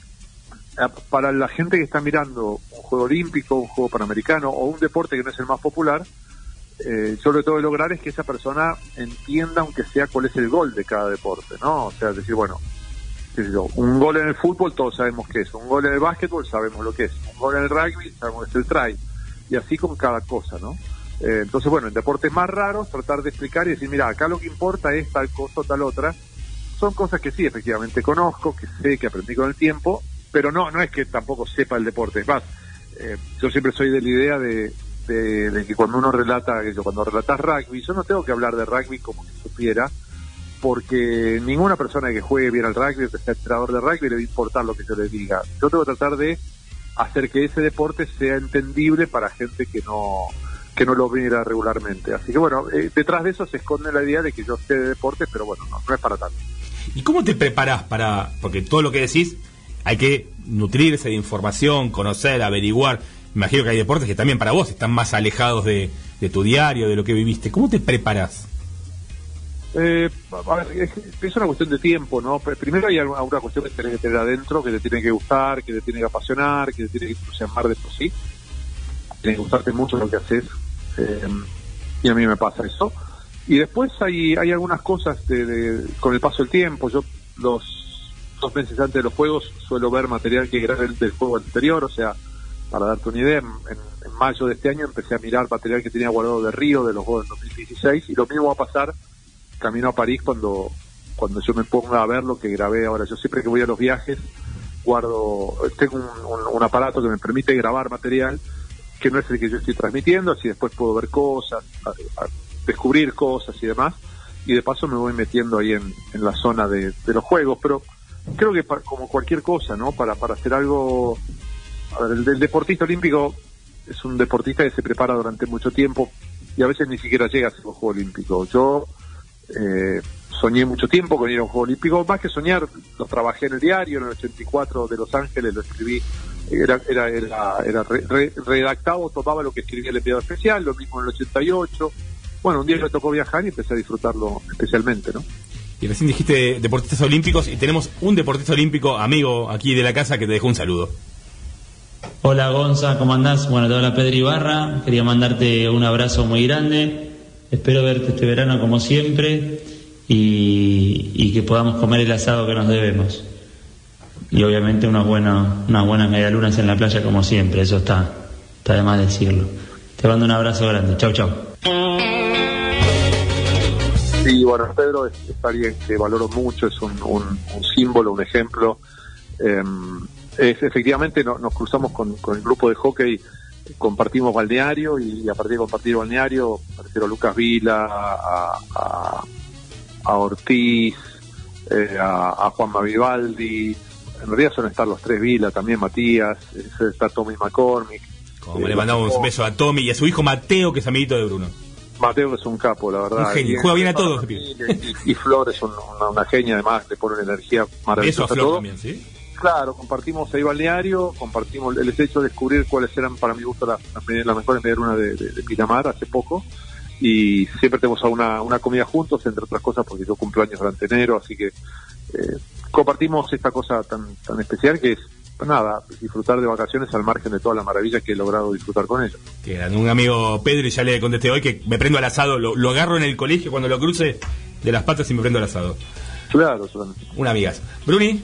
para la gente que está mirando un juego olímpico, un juego panamericano o un deporte que no es el más popular, yo lo que tengo que lograr es que esa persona entienda, aunque sea, cuál es el gol de cada deporte, ¿no? O sea, decir, bueno, qué sé yo, un gol en el fútbol todos sabemos qué es, un gol en el básquetbol sabemos lo que es, un gol en el rugby sabemos que es el try, y así con cada cosa, ¿no? Entonces, bueno, en deportes más raros, tratar de explicar y decir, mira, acá lo que importa es tal cosa o tal otra. Son cosas que sí, efectivamente conozco, que sé, que aprendí con el tiempo, pero no es que tampoco sepa el deporte. Es más, yo siempre soy de la idea de que cuando uno relata, cuando relatas rugby, yo no tengo que hablar de rugby como que supiera, porque ninguna persona que juegue bien al rugby, que sea entrenador de rugby, le va a importar lo que yo le diga. Yo tengo que tratar de hacer que ese deporte sea entendible para gente que no lo mira regularmente. Así que bueno, detrás de eso se esconde la idea de que yo sé de deportes, pero bueno, no es para tanto. ¿Y cómo te preparás porque todo lo que decís hay que nutrirse de información, conocer, averiguar? Me imagino que hay deportes que también para vos están más alejados de tu diario, de lo que viviste. ¿Cómo te preparás? A ver, es una cuestión de tiempo, ¿no? Primero hay alguna cuestión que tenés que tener adentro, que te tiene que gustar, que te tiene que apasionar, que te tiene que entusiasmar de por sí. Tiene que gustarte mucho lo que haces, y a mí me pasa eso. Y después hay algunas cosas con el paso del tiempo. Yo los 2 meses antes de los juegos suelo ver material que grabé del juego anterior, o sea, para darte una idea, en mayo de este año empecé a mirar material que tenía guardado de Río, de los juegos del 2016, y lo mismo va a pasar camino a París cuando yo me ponga a ver lo que grabé ahora. Yo siempre que voy a los viajes tengo un aparato que me permite grabar material que no es el que yo estoy transmitiendo, así después puedo ver cosas, descubrir cosas y demás, y de paso me voy metiendo ahí en la zona de los juegos. Pero creo que como cualquier cosa, ¿no? Para hacer algo, a ver, el deportista olímpico es un deportista que se prepara durante mucho tiempo y a veces ni siquiera llega a ser un juego olímpico. Yo soñé mucho tiempo con ir a un juego olímpico, más que soñar, lo trabajé en el diario, en el 84 de Los Ángeles lo escribí, era redactado, tomaba lo que escribía el enviado especial, lo mismo en el 88. Bueno, un día me tocó viajar y empecé a disfrutarlo especialmente, ¿no? Y recién dijiste deportistas olímpicos, y tenemos un deportista olímpico amigo aquí de la casa que te dejó un saludo. Hola Gonza, ¿cómo andás? Bueno, te habla Pedro Ibarra, quería mandarte un abrazo muy grande, espero verte este verano como siempre y que podamos comer el asado que nos debemos. Y obviamente unas buenas medialunas en la playa como siempre, eso está de más decirlo. Te mando un abrazo grande, chau chau. Sí, bueno, Pedro es alguien que valoro mucho, es un símbolo, un ejemplo. Efectivamente nos cruzamos con el grupo de hockey, compartimos balneario, y a partir de compartir balneario aparecieron Lucas Vila, a Ortiz, a Juanma Vivaldi. En realidad suelen estar los 3 Vila, también Matías, está Tommy McCormick. Como le mandamos un beso a Tommy y a su hijo Mateo, que es amiguito de Bruno. Mateo es un capo, la verdad. Un genio, juega bien a todos. Y Flor es una genia, además, le pone una energía maravillosa. Eso a Flor todo. También, ¿sí? Claro, compartimos ahí balneario, les he hecho descubrir cuáles eran para mi gusto las mejores medialunas de Pinamar hace poco, y siempre tenemos una comida juntos, entre otras cosas porque yo cumplo años durante enero, así que compartimos esta cosa tan especial que es, nada, disfrutar de vacaciones al margen de todas las maravillas que he logrado disfrutar con ellos. Que eran un amigo Pedro, y ya le contesté hoy que me prendo al asado, lo agarro en el colegio cuando lo cruce de las patas y me prendo al asado. Claro, una amigas. Bruni.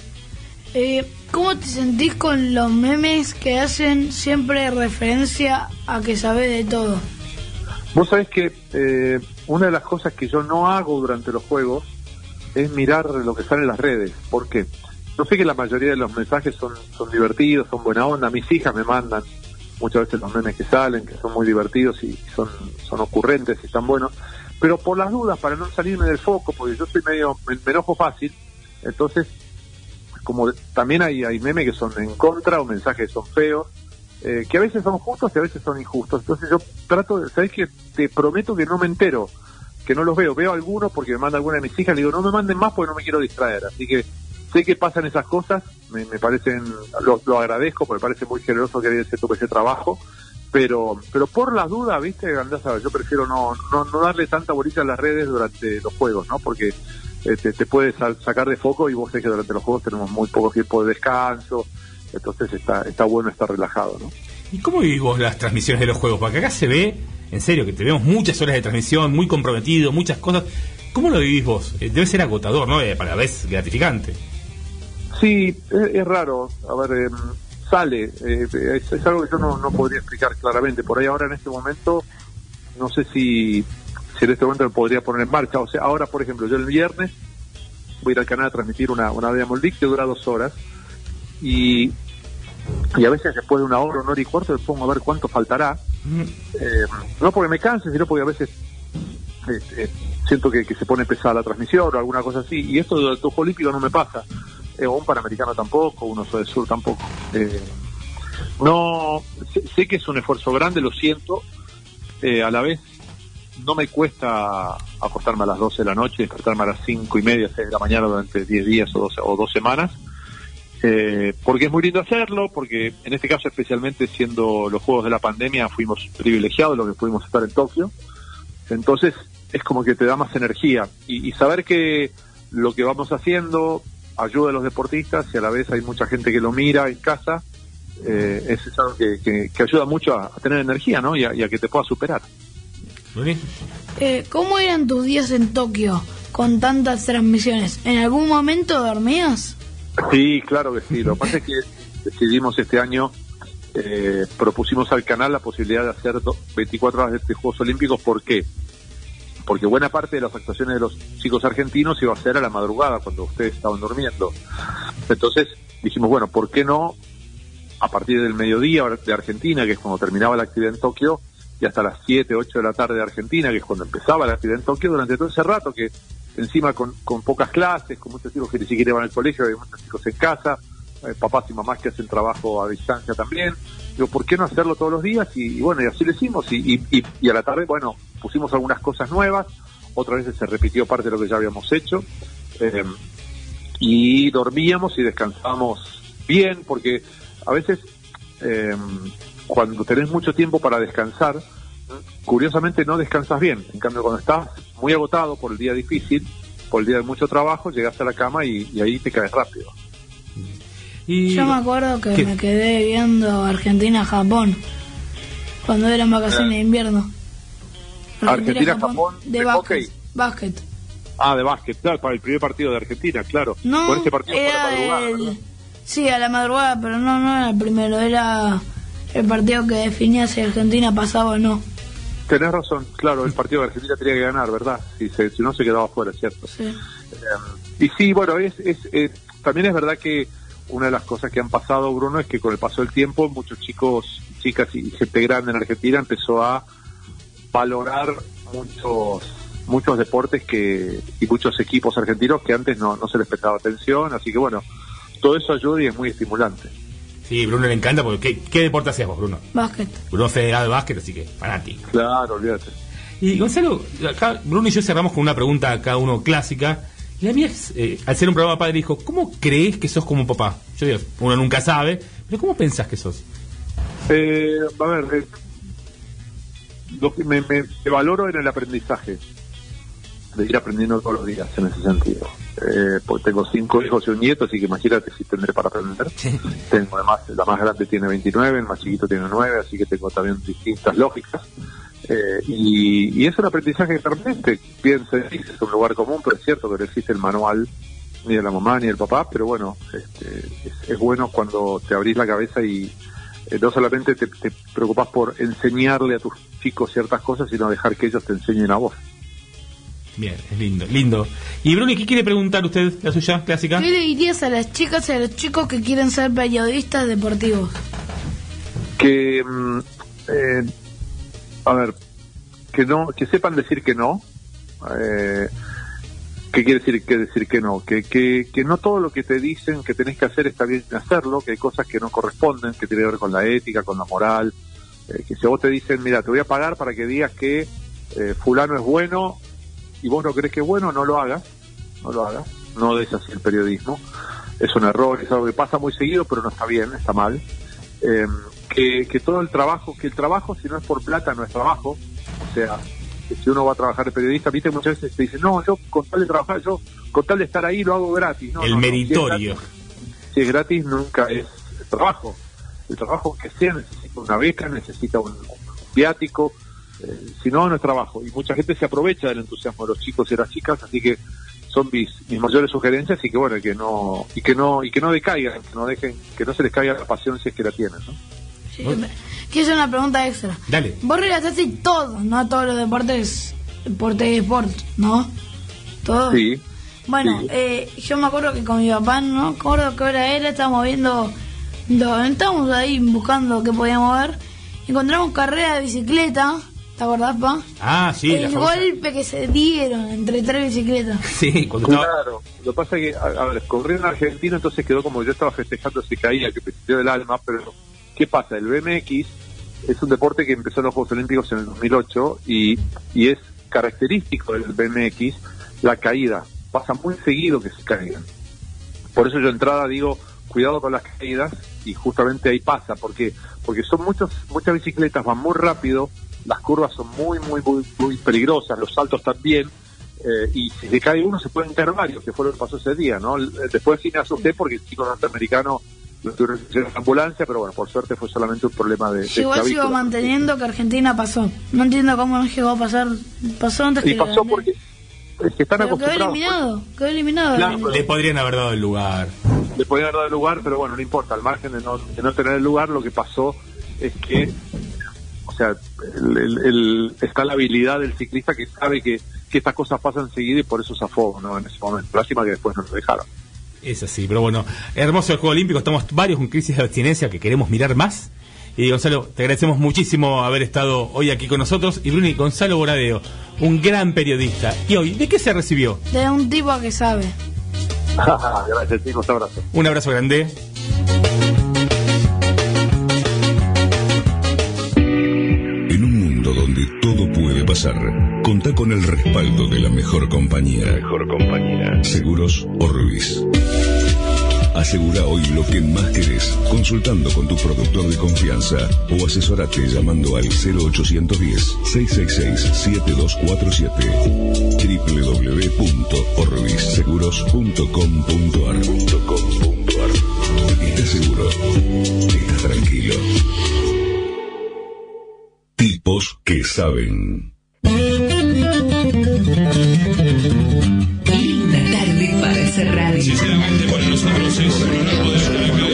¿Cómo te sentís con los memes que hacen siempre referencia a que sabés de todo? Vos sabés que una de las cosas que yo no hago durante los juegos es mirar lo que sale en las redes. ¿Por qué? Yo sé que la mayoría de los mensajes son divertidos, son buena onda. Mis hijas me mandan muchas veces los memes que salen, que son muy divertidos y son ocurrentes y están buenos. Pero por las dudas, para no salirme del foco, porque yo soy me enojo fácil, entonces, como también hay memes que son en contra o mensajes que son feos, que a veces son justos y a veces son injustos. Entonces yo trato, ¿sabés qué? Te prometo que no me entero, que no los veo algunos porque me manda alguna de mis hijas, le digo, no me manden más porque no me quiero distraer. Así que sé que pasan esas cosas, me parecen, lo agradezco porque me parece muy generoso que alguien se toque ese trabajo, pero por las dudas, ¿viste? Andás a ver, yo prefiero no darle tanta bolita a las redes durante los juegos, ¿no? Porque te puedes sacar de foco, y vos sabés que durante los juegos tenemos muy poco tiempo de descanso, entonces está bueno estar relajado, ¿no? ¿Y cómo vivís vos las transmisiones de los juegos? Porque acá se ve, en serio, que te vemos muchas horas de transmisión, muy comprometido, muchas cosas. ¿Cómo lo vivís vos? Debe ser agotador, ¿no? Para la vez gratificante. Sí, es raro. A ver, sale. Es algo que yo no podría explicar claramente. Por ahí ahora en este momento, no sé si en este momento me podría poner en marcha. O sea, ahora, por ejemplo, yo el viernes voy a ir al canal a transmitir una Diamond League que dura 2 horas. Y a veces después de 1 hora, 1 hora y cuarto, me pongo a ver cuánto faltará. No porque me canse, sino porque a veces siento que se pone pesada la transmisión o alguna cosa así. Y esto del Juego Olímpico no me pasa. O un Panamericano tampoco, un Oso del Sur tampoco. No, sé que es un esfuerzo grande, lo siento. A la vez, no me cuesta acostarme a las 12 de la noche y despertarme a las 5:30, 6 de la mañana durante 10 días o 2 semanas. Porque es muy lindo hacerlo, porque en este caso especialmente siendo los Juegos de la pandemia fuimos privilegiados los que pudimos estar en Tokio, entonces es como que te da más energía y saber que lo que vamos haciendo ayuda a los deportistas y a la vez hay mucha gente que lo mira en casa, es algo que ayuda mucho a tener energía, ¿no? y a que te puedas superar. ¿Cómo eran tus días en Tokio con tantas transmisiones? ¿En algún momento dormías? Sí, claro que sí. Lo que pasa es que decidimos este año, propusimos al canal la posibilidad de hacer 24 horas de Juegos Olímpicos. ¿Por qué? Porque buena parte de las actuaciones de los chicos argentinos iba a ser a la madrugada, cuando ustedes estaban durmiendo. Entonces dijimos, bueno, ¿por qué no a partir del mediodía de Argentina, que es cuando terminaba la actividad en Tokio, y hasta las 7, 8 de la tarde de Argentina, que es cuando empezaba la actividad en Tokio, durante todo ese rato que encima con pocas clases, con muchos chicos que ni siquiera van al colegio, hay muchos chicos en casa, papás y mamás que hacen trabajo a distancia también. Digo, ¿por qué no hacerlo todos los días? Y bueno, y así lo hicimos. Y a la tarde, bueno, pusimos algunas cosas nuevas, otras veces se repitió parte de lo que ya habíamos hecho. Y dormíamos y descansábamos bien, porque a veces cuando tenés mucho tiempo para descansar, curiosamente no descansas bien. En cambio, cuando estás muy agotado por el día difícil, por el día de mucho trabajo, llegas a la cama y ahí te caes rápido. Yo me acuerdo que me quedé viendo Argentina-Japón cuando eran vacaciones de invierno. Argentina-Japón de básquet. Ah, de básquet, claro, para el primer partido de Argentina, claro. No, con ese partido era fue a la madrugada, ¿verdad? Sí, a la madrugada, pero no era el primero, era el partido que definía si Argentina pasaba o no. Tenés razón, claro, el partido de Argentina tenía que ganar, ¿verdad? Si no se quedaba fuera, ¿cierto? Sí. Y sí, bueno, también es verdad que una de las cosas que han pasado, Bruno, es que con el paso del tiempo muchos chicos, chicas y gente grande en Argentina empezó a valorar muchos deportes y muchos equipos argentinos que antes no se les prestaba atención, así que bueno, todo eso ayuda y es muy estimulante. Sí, Bruno le encanta, porque ¿qué deporte hacías vos, Bruno? Básquet. Bruno federado de básquet, así que fanático. Claro, olvídate. Y Gonzalo, acá Bruno y yo cerramos con una pregunta cada uno clásica. Y la mía es, al ser un programa padre, dijo, ¿cómo crees que sos como papá? Yo digo, uno nunca sabe, pero ¿cómo pensás que sos? A ver, lo que me valoro en el aprendizaje, de ir aprendiendo todos los días en ese sentido. Porque tengo 5 hijos y un nieto, así que imagínate si tendré para aprender. Tengo además, la más grande tiene 29, el más chiquito tiene 9, así que tengo también distintas lógicas. Y es un aprendizaje permanente. Bien se dice, es un lugar común, pero es cierto que no existe el manual ni de la mamá ni del papá, pero bueno, es bueno cuando te abrís la cabeza y no solamente te preocupás por enseñarle a tus chicos ciertas cosas, sino dejar que ellos te enseñen a vos. Bien, es lindo. Y Bruno, ¿qué quiere preguntar usted, la suya clásica? ¿Qué le dirías a las chicas y a los chicos que quieren ser periodistas deportivos? Que que sepan decir que no. ¿Qué quiere decir que no? Que no todo lo que te dicen que tenés que hacer está bien hacerlo, que hay cosas que no corresponden, que tiene que ver con la ética, con la moral, que si a vos te dicen, mira, te voy a pagar para que digas que fulano es bueno y vos no crees que es bueno, no lo hagas, no des así el periodismo, es un error, es algo que pasa muy seguido, pero no está bien, está mal. Que todo el trabajo, si no es por plata no es trabajo, o sea, que si uno va a trabajar de periodista, viste, muchas veces te dicen, no, yo con tal de trabajar, yo con tal de estar ahí lo hago gratis. No, meritorio. Si es gratis nunca es trabajo. El trabajo que sea necesita una beca, necesita un viático, si no es trabajo. Y mucha gente se aprovecha del entusiasmo de los chicos y las chicas, así que son mis mayores sugerencias, y que bueno, que no decaigan, que no se les caiga la pasión si es que la tienen, ¿no? Sí, quiero hacer una pregunta extra. Dale. Vos relataste todo, ¿no? Todos los deportes por TV Sport, ¿no? Todo. Sí. Bueno, sí. Yo me acuerdo que con mi papá, no me acuerdo qué hora era, estábamos estábamos ahí buscando qué podíamos ver. Encontramos carrera de bicicleta, ¿te acordás, pa? Ah, sí. El golpe que se dieron entre 3 bicicletas. Sí, claro. Lo que pasa es que, a ver, corrió en Argentina, entonces quedó como yo estaba festejando, se caía, que me dio del alma, pero ¿qué pasa? El BMX es un deporte que empezó en los Juegos Olímpicos en el 2008 y es característico del BMX la caída. Pasa muy seguido que se caigan. Por eso yo de entrada digo, cuidado con las caídas, y justamente ahí pasa, porque son muchas bicicletas, van muy rápido, las curvas son muy peligrosas, los saltos también, y si se cae uno se pueden caer varios, que fue lo que pasó ese día, ¿no? Después sí me asusté porque el chico norteamericano lo tuvieron que hacer en la ambulancia, pero bueno, por suerte fue solamente un problema de igual sigo manteniendo que Argentina pasó. No entiendo cómo no llegó a pasar. Pasó antes y pasó porque es que están acostumbrados. Quedó eliminado. Claro, le podrían haber dado el lugar. Le podrían haber dado el lugar, pero bueno, no importa. Al margen de no tener el lugar, lo que pasó es que, o sea, está la habilidad del ciclista que sabe que estas cosas pasan seguido, y por eso zafó, ¿no? En ese momento. Lástima que después no lo dejaron. Es así, pero bueno, hermoso el Juego Olímpico. Estamos varios con crisis de abstinencia que queremos mirar más. Y Gonzalo, te agradecemos muchísimo haber estado hoy aquí con nosotros. Y Bruni, Gonzalo Boradeo, un gran periodista. ¿Y hoy de qué se recibió? De un tipo que sabe. Gracias, chicos, un abrazo. Un abrazo grande. En un mundo donde todo puede pasar, contá con el respaldo de la mejor compañía. Seguros Orbis. Asegura hoy lo que más querés, consultando con tu productor de confianza, o asesorate llamando al 0810-666-7247. www.orbisseguros.com.ar. ¿Estás seguro? ¿Estás tranquilo? Tipos que saben. Linda tarde para cerrar. Sinceramente, para nosotros es un honor poder estar acá.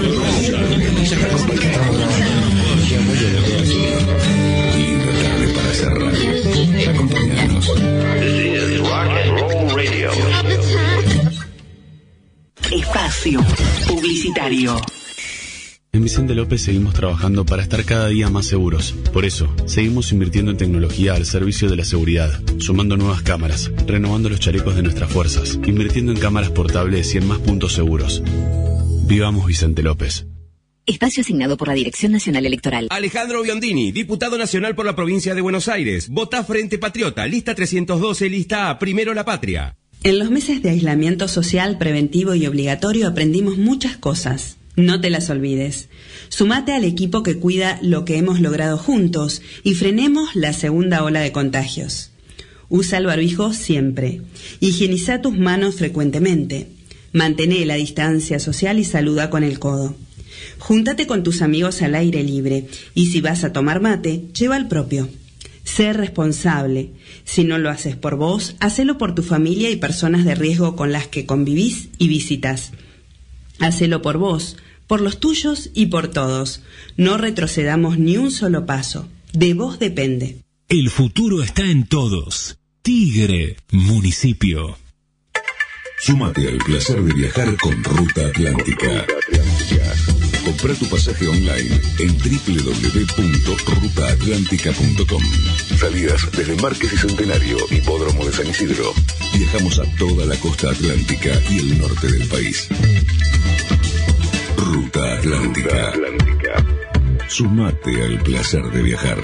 Linda tarde para cerrar. Acompáñanos. Rock and Roll Radio. Espacio publicitario. En Vicente López seguimos trabajando para estar cada día más seguros. Por eso, seguimos invirtiendo en tecnología al servicio de la seguridad, sumando nuevas cámaras, renovando los chalecos de nuestras fuerzas, invirtiendo en cámaras portables y en más puntos seguros. Vivamos Vicente López. Espacio asignado por la Dirección Nacional Electoral. Alejandro Biondini, diputado nacional por la provincia de Buenos Aires. Votá Frente Patriota, lista 312, lista A, Primero la Patria. En los meses de aislamiento social, preventivo y obligatorio aprendimos muchas cosas. No te las olvides. Sumate al equipo que cuida lo que hemos logrado juntos y frenemos la segunda ola de contagios. Usa el barbijo siempre. Higieniza tus manos frecuentemente. Mantén la distancia social y saluda con el codo. Júntate con tus amigos al aire libre y si vas a tomar mate, lleva el propio. Sé responsable. Si no lo haces por vos, hacelo por tu familia y personas de riesgo con las que convivís y visitas. Hacelo por vos, por los tuyos y por todos. No retrocedamos ni un solo paso. De vos depende. El futuro está en todos. Tigre, municipio. Súmate al placer de viajar con Ruta Atlántica. Compra tu pasaje online en www.rutaatlántica.com. Salidas desde Márquez y Centenario, Hipódromo de San Isidro. Viajamos a toda la costa atlántica y el norte del país. Ruta Atlántica. Súmate al placer de viajar.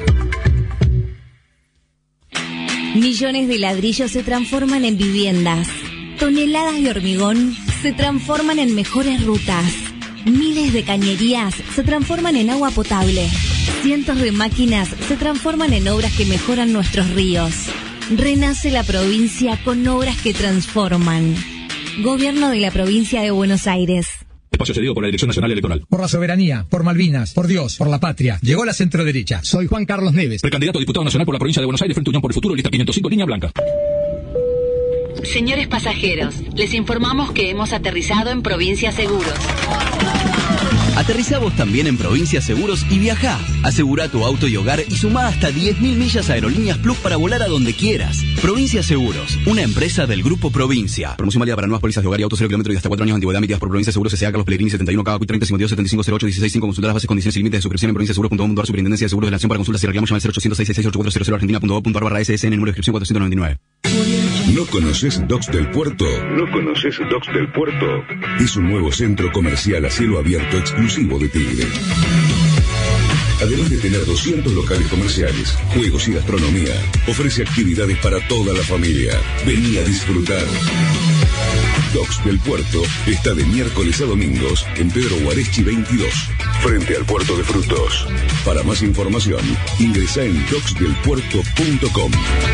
Millones de ladrillos se transforman en viviendas. Toneladas de hormigón se transforman en mejores rutas. Miles de cañerías se transforman en agua potable. Cientos de máquinas se transforman en obras que mejoran nuestros ríos. Renace la provincia con obras que transforman. Gobierno de la provincia de Buenos Aires. Espacio cedido por la Dirección Nacional Electoral. Por la soberanía, por Malvinas, por Dios, por la patria. Llegó la centroderecha. Soy Juan Carlos Neves. Precandidato a diputado nacional por la provincia de Buenos Aires, Frente Unión por el Futuro, lista 505, línea blanca. Señores pasajeros, les informamos que hemos aterrizado en Provincia Seguros. Aterrizá vos también en Provincia Seguros y viajá. Asegurá tu auto y hogar y sumá hasta 10.000 millas a Aerolíneas Plus para volar a donde quieras. Provincia Seguros, una empresa del Grupo Provincia. Promoción válida para nuevas pólizas de hogar y auto 0 kilómetros y hasta 4 años de antigüedad emitidas por Provincia Seguros S.A. Carlos Pellegrini 71 KQ 30 52 75 08 16 5. Consultar las bases, condiciones y límites de suscripción en provinciaseguros.com.ar. Superintendencia de Seguros de la Nación. Para consultas y reclamos llama al 0800 666 argentina.gov.ar/SSN, número de inscripción 499. ¿No conoces Docks del Puerto? ¿No conoces Docks del Puerto? Es un nuevo centro comercial a cielo abierto exclusivo de Tigre. Además de tener 200 locales comerciales, juegos y gastronomía, ofrece actividades para toda la familia. Vení a disfrutar. Docks del Puerto está de miércoles a domingos en Pedro Guareschi 22, frente al Puerto de Frutos. Para más información, ingresa en docksdelpuerto.com.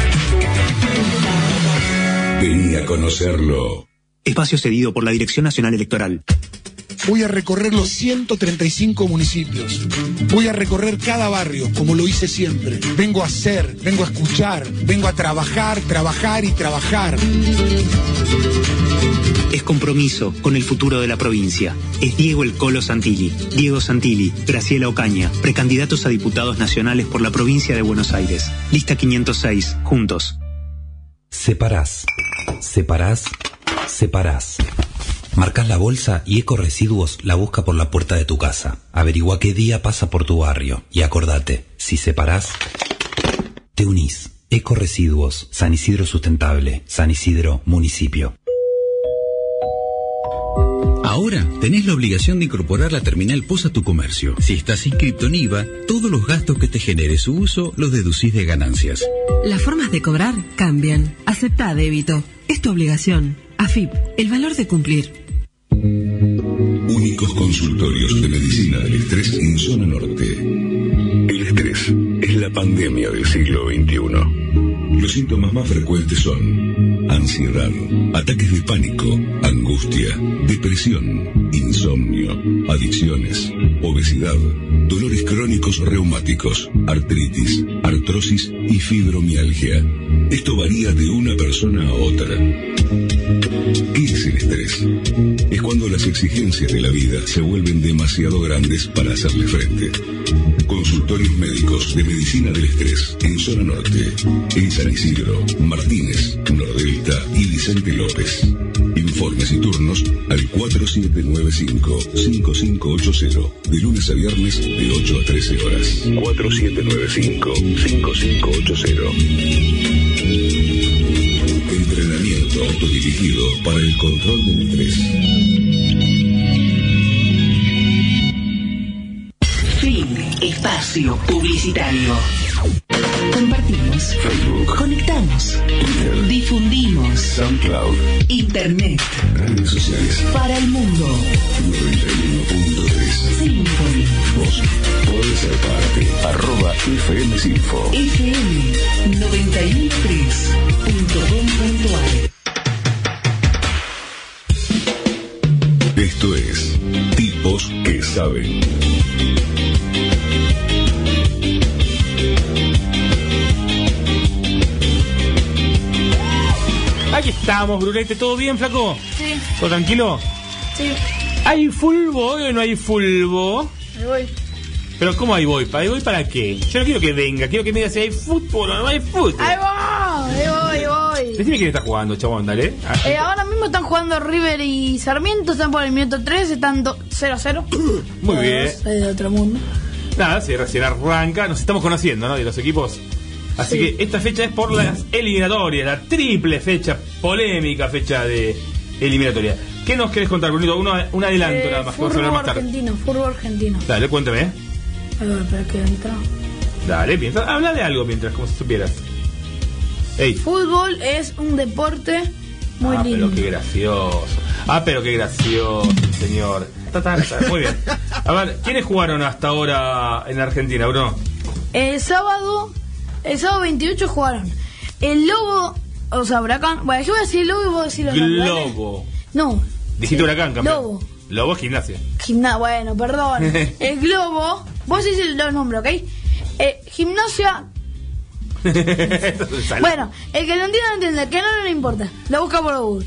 Vení a conocerlo. Espacio cedido por la Dirección Nacional Electoral. Voy a recorrer los 135 municipios. Voy a recorrer cada barrio, como lo hice siempre. Vengo a hacer, vengo a escuchar, vengo a trabajar, trabajar y trabajar. Es compromiso con el futuro de la provincia. Es Diego El Colo Santilli, Diego Santilli, Graciela Ocaña, precandidatos a diputados nacionales por la provincia de Buenos Aires. Lista 506, juntos. Separás, separás, separás. Marcás la bolsa y Ecoresiduos la busca por la puerta de tu casa. Averigua qué día pasa por tu barrio. Y acordate, si separás, te unís. Ecoresiduos, San Isidro Sustentable, San Isidro, municipio. Ahora tenés la obligación de incorporar la terminal POS a tu comercio. Si estás inscrito en IVA, todos los gastos que te genere su uso los deducís de ganancias. Las formas de cobrar cambian. Aceptá débito. Es tu obligación. AFIP, el valor de cumplir. Únicos consultorios de medicina del estrés en zona norte. El estrés es la pandemia del siglo XXI. Los síntomas más frecuentes son ansiedad, ataques de pánico, angustia, depresión, insomnio, adicciones, obesidad, dolores crónicos reumáticos, artritis, artrosis y fibromialgia. Esto varía de una persona a otra. ¿Qué es el estrés? Es cuando las exigencias de la vida se vuelven demasiado grandes para hacerle frente. Consultorios médicos de medicina del estrés en zona norte, en San Isidro, Martínez, Nordelta y Vicente López. Informes y turnos al 4795-5580, de lunes a viernes de 8 a 13 horas. 4795-5580. Entrenamiento autodirigido para el control del estrés. Fin. Espacio publicitario. Compartimos. Facebook. Conectamos. Twitter. Difundimos. SoundCloud. Internet. Redes sociales. Para el mundo. 91.3. Sinfony. Vos podés ser parte. @FM Sinfo. FM 91.3.com.ar. Esto es Tipos que Saben. Aquí estamos, Brunete, ¿todo bien, flaco? Sí. ¿Todo tranquilo? Sí. ¿Hay fulbo o no hay fulbo? Ahí voy. Pero ¿cómo ahí voy? ¿Ahí voy para qué? Yo no quiero que venga, quiero que me diga si hay fútbol o no hay fútbol. Ahí voy. Decime quién está jugando, chabón, dale. Ahora mismo están jugando River y Sarmiento, están por el minuto 3, están 0-0. Muy bien. Es de otro mundo. Nada, si recién arranca, nos estamos conociendo, ¿no? De los equipos. Así Sí. que esta fecha es por las eliminatorias, la triple fecha, polémica fecha de eliminatoria. ¿Qué nos querés contar, Brunito? Un adelanto nada más, que vamos a hablar más tarde. Fútbol argentino. Dale, cuéntame. A ver, pero que entra. Dale, piensa, habla de algo mientras, como si supieras. Ey. Fútbol es un deporte muy lindo. Pero qué gracioso. Pero qué gracioso, señor. Muy bien. A ver, ¿quiénes jugaron hasta ahora en Argentina, Bruno? El sábado 28 jugaron. El Lobo, o sea, Huracán. Bueno, yo voy a decir Lobo y vos decís los nombres, ¿vale? Globo. No. Dijiste Huracán, campeón. Lobo. Lobo es Gimnasia. Bueno, perdón. El Globo. Vos decís los nombres, ¿ok? Gimnasia Bueno, el que lo entiende, lo entiende. El que no le importa. Lo busca por Google.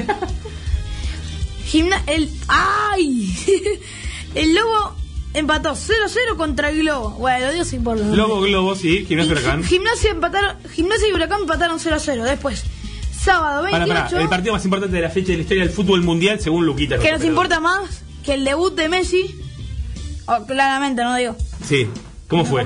¡Ay! El Lobo empató 0-0 contra el Globo. Bueno, lo digo sin importa. Globo, sí. Gimnasia y Huracán. Gimnasia y Huracán empataron 0-0. Después, sábado 28. El partido más importante de la fecha de la historia del fútbol mundial, según Luquita. Que nos importa más que el debut de Messi. Claramente, no digo. Sí. ¿Cómo fue?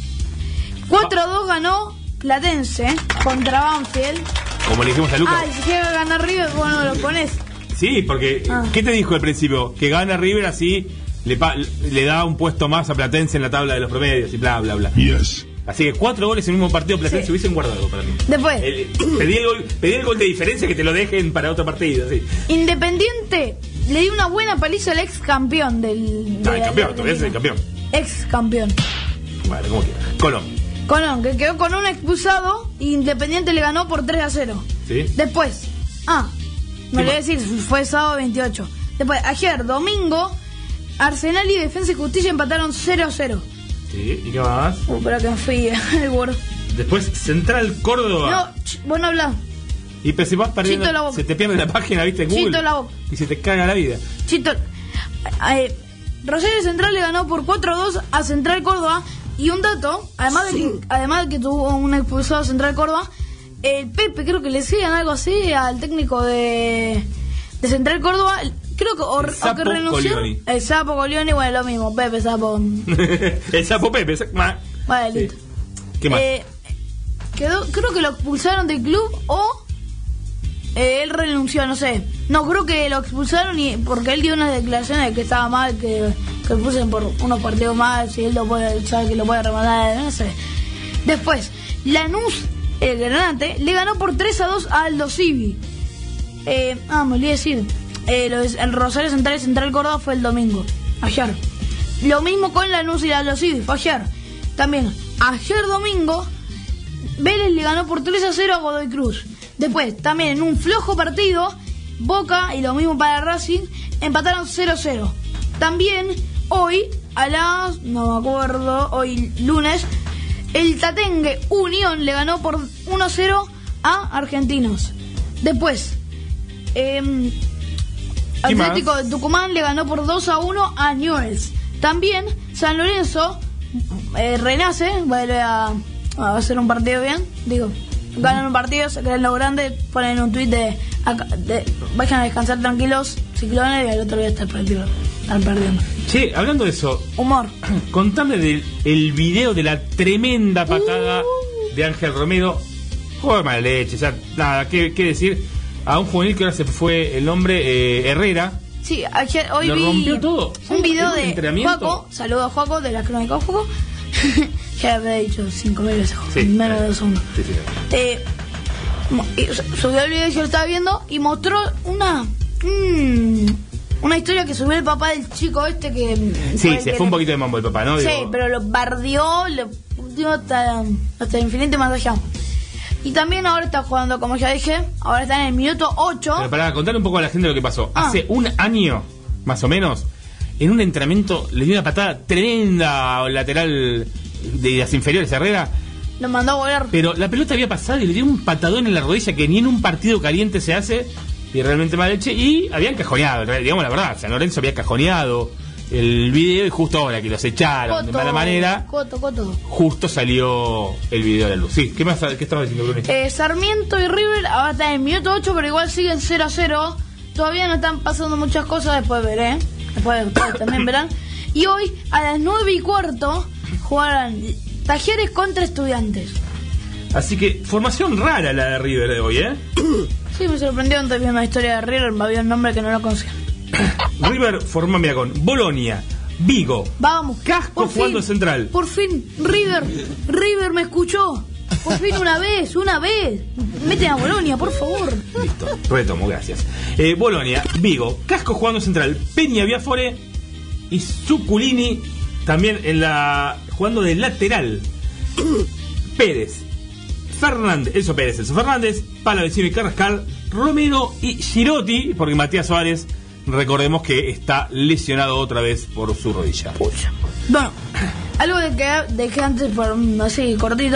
4-2 ganó Platense contra Banfield. Como le dijimos a Lucas. Si llega a ganar River, bueno, lo pones. Sí, porque ¿qué te dijo al principio? Que gana River, así le da un puesto más a Platense en la tabla de los promedios y bla, bla, bla. Yes. Así que 4 goles en el mismo partido Platense hubiesen guardado para mí. Después pedí el gol de diferencia, que te lo dejen para otro partido. Sí. Independiente le dio una buena paliza al ex campeón del... el campeón, todavía es el campeón. Ex campeón. Vale, como quieras. Colón, que quedó con un expulsado. Independiente le ganó por 3-0. ¿Sí? Después, me voy a decir, fue sábado 28. Después, ayer, domingo, Arsenal y Defensa y Justicia empataron 0-0. Sí, ¿y qué más? Pero que me fui el Word. Después, Central Córdoba. No, vos no hablás. Y pues si vas perdiendo, se te pierde la página, viste, en Google. Chito la boca. Y se te caga la vida. Chito. Rosario Central le ganó por 4-2 a Central Córdoba. Y un dato, además de que tuvo un expulsado Central Córdoba, el Pepe, creo que le decían algo así al técnico de Central Córdoba, creo que renunció. Colioni. El Sapo Colioni, bueno, lo mismo, Pepe Sapo. El Sapo Pepe. Vale, sí. listo. ¿Qué más? Creo que lo expulsaron del club o él renunció, no sé. No, creo que lo expulsaron porque él dio unas declaraciones de que estaba mal, que expulsen por unos partidos más, y él sabe que lo puede remandar, no sé. Después, Lanús, el Granate, le ganó por 3-2 a Aldo Civi. Me olvidé decir, el Rosario Central y Central Córdoba fue el domingo, ayer. Lo mismo con Lanús y Aldo Civi, fue ayer. También, ayer domingo, Vélez le ganó por 3-0 a Godoy Cruz. Después, también en un flojo partido, Boca, y lo mismo para Racing, empataron 0-0. También, hoy, no me acuerdo, hoy lunes, el Tatengue Unión le ganó por 1-0 a Argentinos. Después, Atlético de Tucumán le ganó por 2-1 a Newell's. También, San Lorenzo renace, vuelve a hacer un partido bien, ganan un partido, se creen lo grande, ponen un tuit de vayan a descansar tranquilos, Ciclones, y al otro día están perdiendo. Sí, hablando de eso, humor. Contame el video de la tremenda patada de Ángel Romero. Joder, mala leche, nada, ¿qué decir? A un juvenil que ahora se fue el nombre, Herrera. Sí, hoy vi rompió todo. Un video de Juaco, saludo a Juaco de la Crónica de Juaco. Ya me he dicho 5.000 veces, menos de 2 segundos. Subió el video, yo lo estaba viendo y mostró una historia que subió el papá del chico este que... Sí, se fue un poquito de mambo el papá, ¿no? Sí, pero lo bardeó, lo dio hasta infinito más allá. Y también ahora está jugando, como ya dije, ahora está en el minuto 8. Pero para contarle un poco a la gente lo que pasó. Hace un año, más o menos, en un entrenamiento le dio una patada tremenda al lateral de las inferiores, Herrera. Lo mandó a volar. Pero la pelota había pasado y le dio un patadón en la rodilla que ni en un partido caliente se hace, y realmente mal leche. Y habían cajoneado, digamos la verdad, San Lorenzo había cajoneado el video, y justo ahora que los echaron de mala manera, justo salió el video a la luz. Sí, ¿qué estabas diciendo, Bruni? Sarmiento y River ahora están en el minuto 8, pero igual siguen 0-0. Todavía no están pasando muchas cosas, después veré. Después ustedes también verán. Y hoy a las 9:15 jugarán Talleres contra Estudiantes. Así que formación rara la de River de hoy, ¿eh? Sí, me sorprendió también la historia de River, me había un nombre que no lo conocía. River forma, mira, con Bolonia, Vigo, vamos, Casco jugando central. Por fin, River me escuchó. Por fin una vez. Meten a Bolonia, por favor. Listo, retomo, gracias. Bolonia, Vigo, Casco jugando central, Peña Biafore y Zuculini también jugando de lateral. Pérez, Enzo Fernández, Palavecino y Carrascal, Romero y Girotti, porque Matías Suárez, recordemos que está lesionado otra vez por su rodilla. Pucha. Bueno, algo de que antes, por así cortito,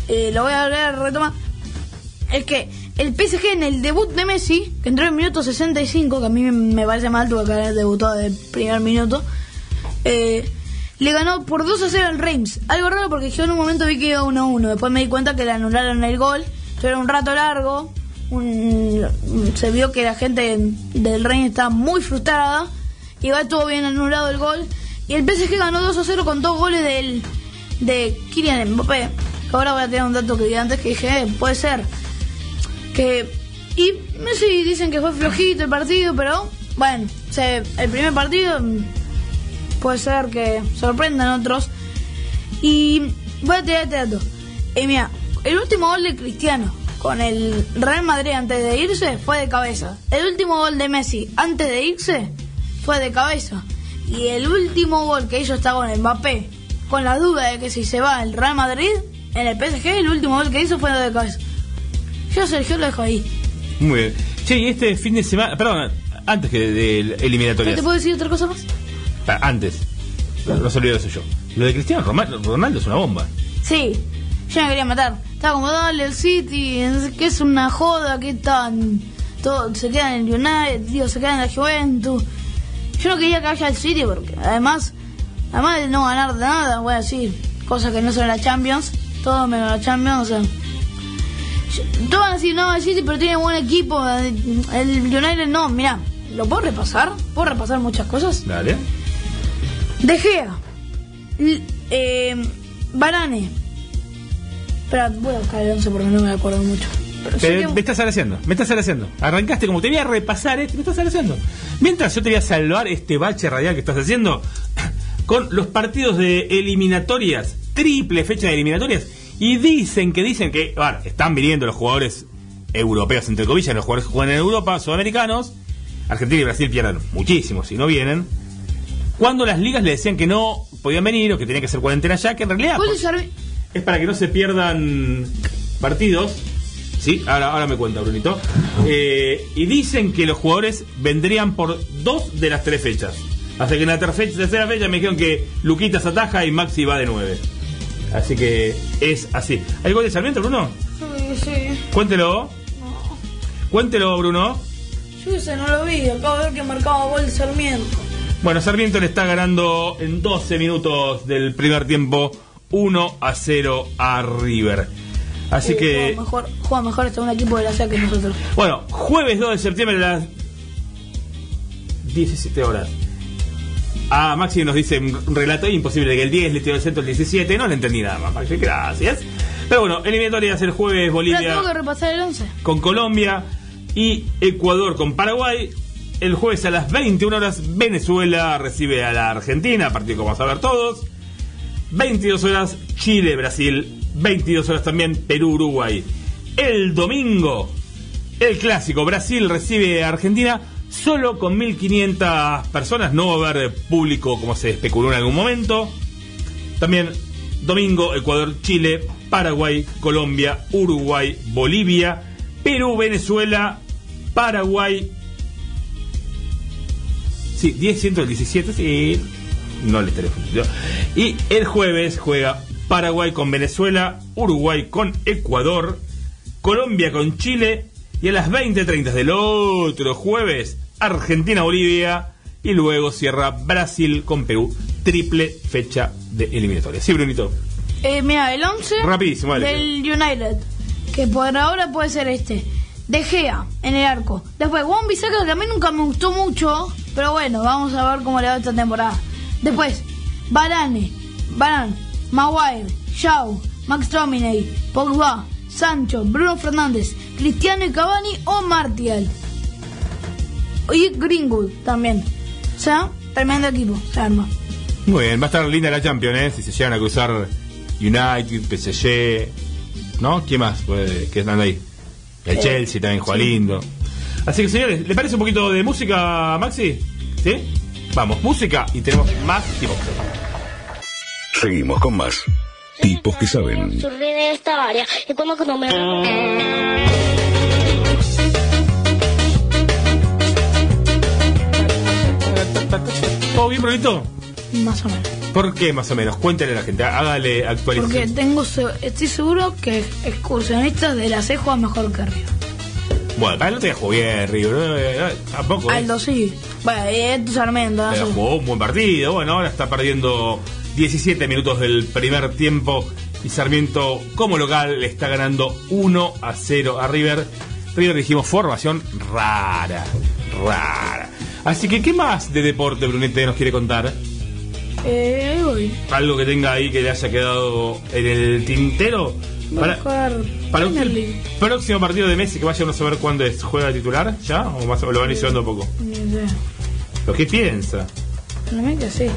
lo voy a retomar, es que el PSG en el debut de Messi, que entró en el minuto 65, que a mí me parece mal, tuvo que haber debutado de primer minuto, le ganó por 2-0 al Reims. Algo raro porque yo en un momento vi que iba 1-1, después me di cuenta que le anularon el gol, pero era un rato largo, se vio que la gente del Reims estaba muy frustrada, igual estuvo bien anulado el gol, y el PSG ganó 2-0 con 2 goles de Kylian Mbappé. Ahora voy a tener un dato que vi antes que dije, puede ser que... Y Messi dicen que fue flojito el partido, pero bueno, el primer partido puede ser que sorprendan otros. Y voy a tirar este dato. Mira, el último gol de Cristiano con el Real Madrid antes de irse fue de cabeza. El último gol de Messi antes de irse fue de cabeza. Y el último gol que hizo está con Mbappé, con la duda de que si se va el Real Madrid, en el PSG, el último gol que hizo fue de cabeza. Yo, Sergio, lo dejo ahí. Muy bien. Che, y este fin de semana... Perdón, antes que de eliminatorias. ¿Te puedo decir otra cosa más? Antes. No se olvidó eso yo. Lo de Cristiano Ronaldo es una bomba. Sí, yo me quería matar. Estaba como, dale, el City, que es una joda, que tan... Todo, se quedan en el United, se quedan en la Juventus. Yo no quería que vaya al City porque además de no ganar de nada, voy a decir cosas que no son la Champions, todo menos la Champions, o sea, todos van a decir no, el City pero tiene buen equipo, el United no. Mirá, ¿lo puedo repasar? ¿Puedo repasar muchas cosas? Dale. De Gea, Varane. Espera, voy a buscar el 11 porque no me acuerdo mucho. Pero me estás haciendo. Arrancaste como te voy a repasar, me estás haciendo. Mientras yo te voy a salvar este bache radial que estás haciendo con los partidos de eliminatorias, triple fecha de eliminatorias, y dicen que bueno, están viniendo los jugadores europeos, entre comillas, los jugadores que juegan en Europa, sudamericanos. Argentina y Brasil pierden muchísimo si no vienen. Cuando las ligas le decían que no podían venir o que tenían que hacer cuarentena ya, que en realidad es para que no se pierdan partidos. Sí, ahora me cuenta Brunito. Y dicen que los jugadores vendrían por 2 de las 3 fechas. Hasta que en la tercera fecha me dijeron que Luquitas ataja y Maxi va de 9. Así que es así. ¿Hay gol de Sarmiento, Bruno? Sí. Cuéntelo. No. Cuéntelo, Bruno. Yo no lo vi, acabo de ver que marcaba gol de Sarmiento. Bueno, Sarmiento le está ganando en 12 minutos del primer tiempo 1-0 a River. Así que... Juega mejor este un equipo de la SEA que nosotros. Bueno, jueves 2 de septiembre a las 17 horas. Maxi nos dice un relato imposible de que el 10 le tiró el centro el 17. No le entendí nada más, Maxi, gracias. Pero bueno, eliminatorias el jueves, Bolivia... Pero tengo que repasar el 11. Con Colombia y Ecuador con Paraguay. El jueves a las 21 horas Venezuela recibe a la Argentina, partido que vamos a ver todos. 22 horas Chile, Brasil. 22 horas también Perú-Uruguay. El domingo, el clásico, Brasil recibe a Argentina solo con 1.500 personas. No va a haber público como se especuló en algún momento. También domingo, Ecuador-Chile, Paraguay, Colombia, Uruguay, Bolivia, Perú, Venezuela, Paraguay. Sí, 10-117, sí. No le estaré funcionando. Y el jueves juega Paraguay con Venezuela, Uruguay con Ecuador, Colombia con Chile, y a las 20:30 del otro jueves, Argentina-Bolivia, y luego cierra Brasil con Perú. Triple fecha de eliminatoria. Sí, Brunito. Mira, el 11 rapidísimo, dale. Del United, que por ahora puede ser este. De Gea en el arco. Después, Juan Bisaca, que a mí nunca me gustó mucho, pero bueno, vamos a ver cómo le va esta temporada. Después, Varane, Maguire, Shaw, Max Dominey, Pogba, Sancho, Bruno Fernández, Cristiano y Cavani o Martial. Y Greenwood también. O sea, tremendo equipo, se arma. Muy bien, va a estar linda la Champions, si se llegan a cruzar United, PSG, ¿no? ¿Quién más que están ahí? El Chelsea también juega lindo. Así que, señores, ¿le parece un poquito de música, Maxi? ¿Sí? Vamos, música y tenemos más tipos. Seguimos con más tipos que saben. Surrí de esta área y cuando no me... ¿Todo bien, Brunito? Más o menos. ¿Por qué más o menos? Cuéntale a la gente, hágale actualización. Porque estoy seguro que excursionistas de la C juegan mejor que River. Bueno, acá no te jugó bien River, tampoco. Aldo sí. Bueno, esto Sarmiento. Pero jugó un buen partido. Bueno, ahora está perdiendo 17 minutos del primer tiempo. Y Sarmiento, como local, le está ganando 1-0 a River. River, dijimos, formación rara. Así que, ¿qué más de deporte Brunete nos quiere contar? Voy. Algo que tenga ahí que le haya quedado en el tintero. Para el próximo partido de Messi, que vaya a saber cuándo es, ¿juega titular ya? ¿O lo van llevando a poco? Ni idea. ¿Lo que piensa? Realmente sí.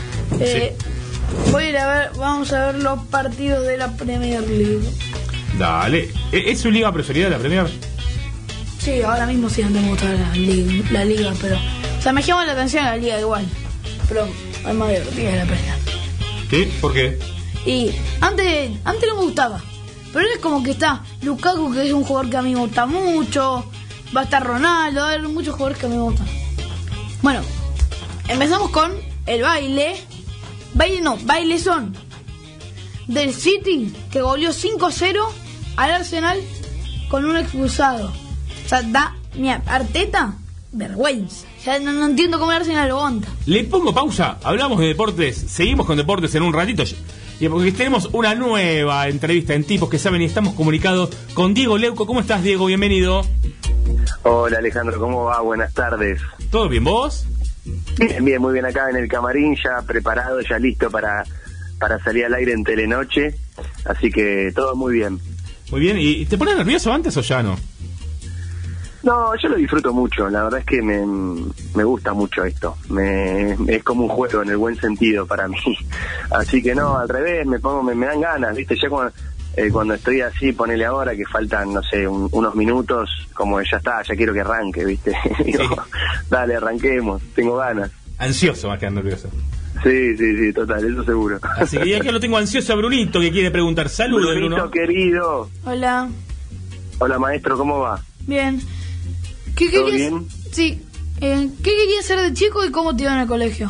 Voy a ir a ver, vamos a ver los partidos de la Premier League. Dale. ¿Es su liga preferida la Premier? Sí, ahora mismo sí, no me gusta la liga, pero... O sea, me llama la atención la liga igual. Pero es más divertida la Premier. ¿Qué? ¿Por qué? Y antes no me gustaba. Pero es como que está Lukaku, que es un jugador que a mí me gusta mucho. Va a estar Ronaldo, va a haber muchos jugadores que a mí me gustan. Bueno, empezamos con el baile. Baile son del City, que goleó 5-0 al Arsenal con un expulsado. O sea, mira, Arteta, vergüenza. Ya no entiendo cómo el Arsenal lo aguanta. Le pongo pausa, hablamos de deportes, seguimos con deportes en un ratito. Y porque tenemos una nueva entrevista en Tipos que Saben y estamos comunicados con Diego Leuco. ¿Cómo estás, Diego? Bienvenido. Hola, Alejandro, ¿cómo va? Buenas tardes. ¿Todo bien, vos? Bien, muy bien, acá en el camarín, ya preparado, ya listo para salir al aire en Telenoche, así que todo muy bien. Muy bien, ¿y te pones nervioso antes o ya no? No, yo lo disfruto mucho, la verdad es que me gusta mucho esto, es como un juego en el buen sentido para mí, así que no, al revés, me dan ganas, ¿viste? Ya cuando estoy así, ponele ahora que faltan, no sé, unos minutos, como ya está, ya quiero que arranque, ¿viste? Digo, sí. Dale, arranquemos, tengo ganas. Ansioso más que nervioso. Sí, total, eso seguro. Así que ya que lo tengo ansioso a Brunito, que quiere preguntar. Saludos, Brunito, querido. Hola. Hola, maestro, ¿cómo va? Bien. ¿Qué ¿Todo querías? bien? Sí. ¿Qué querías hacer de chico y cómo te iba en el colegio?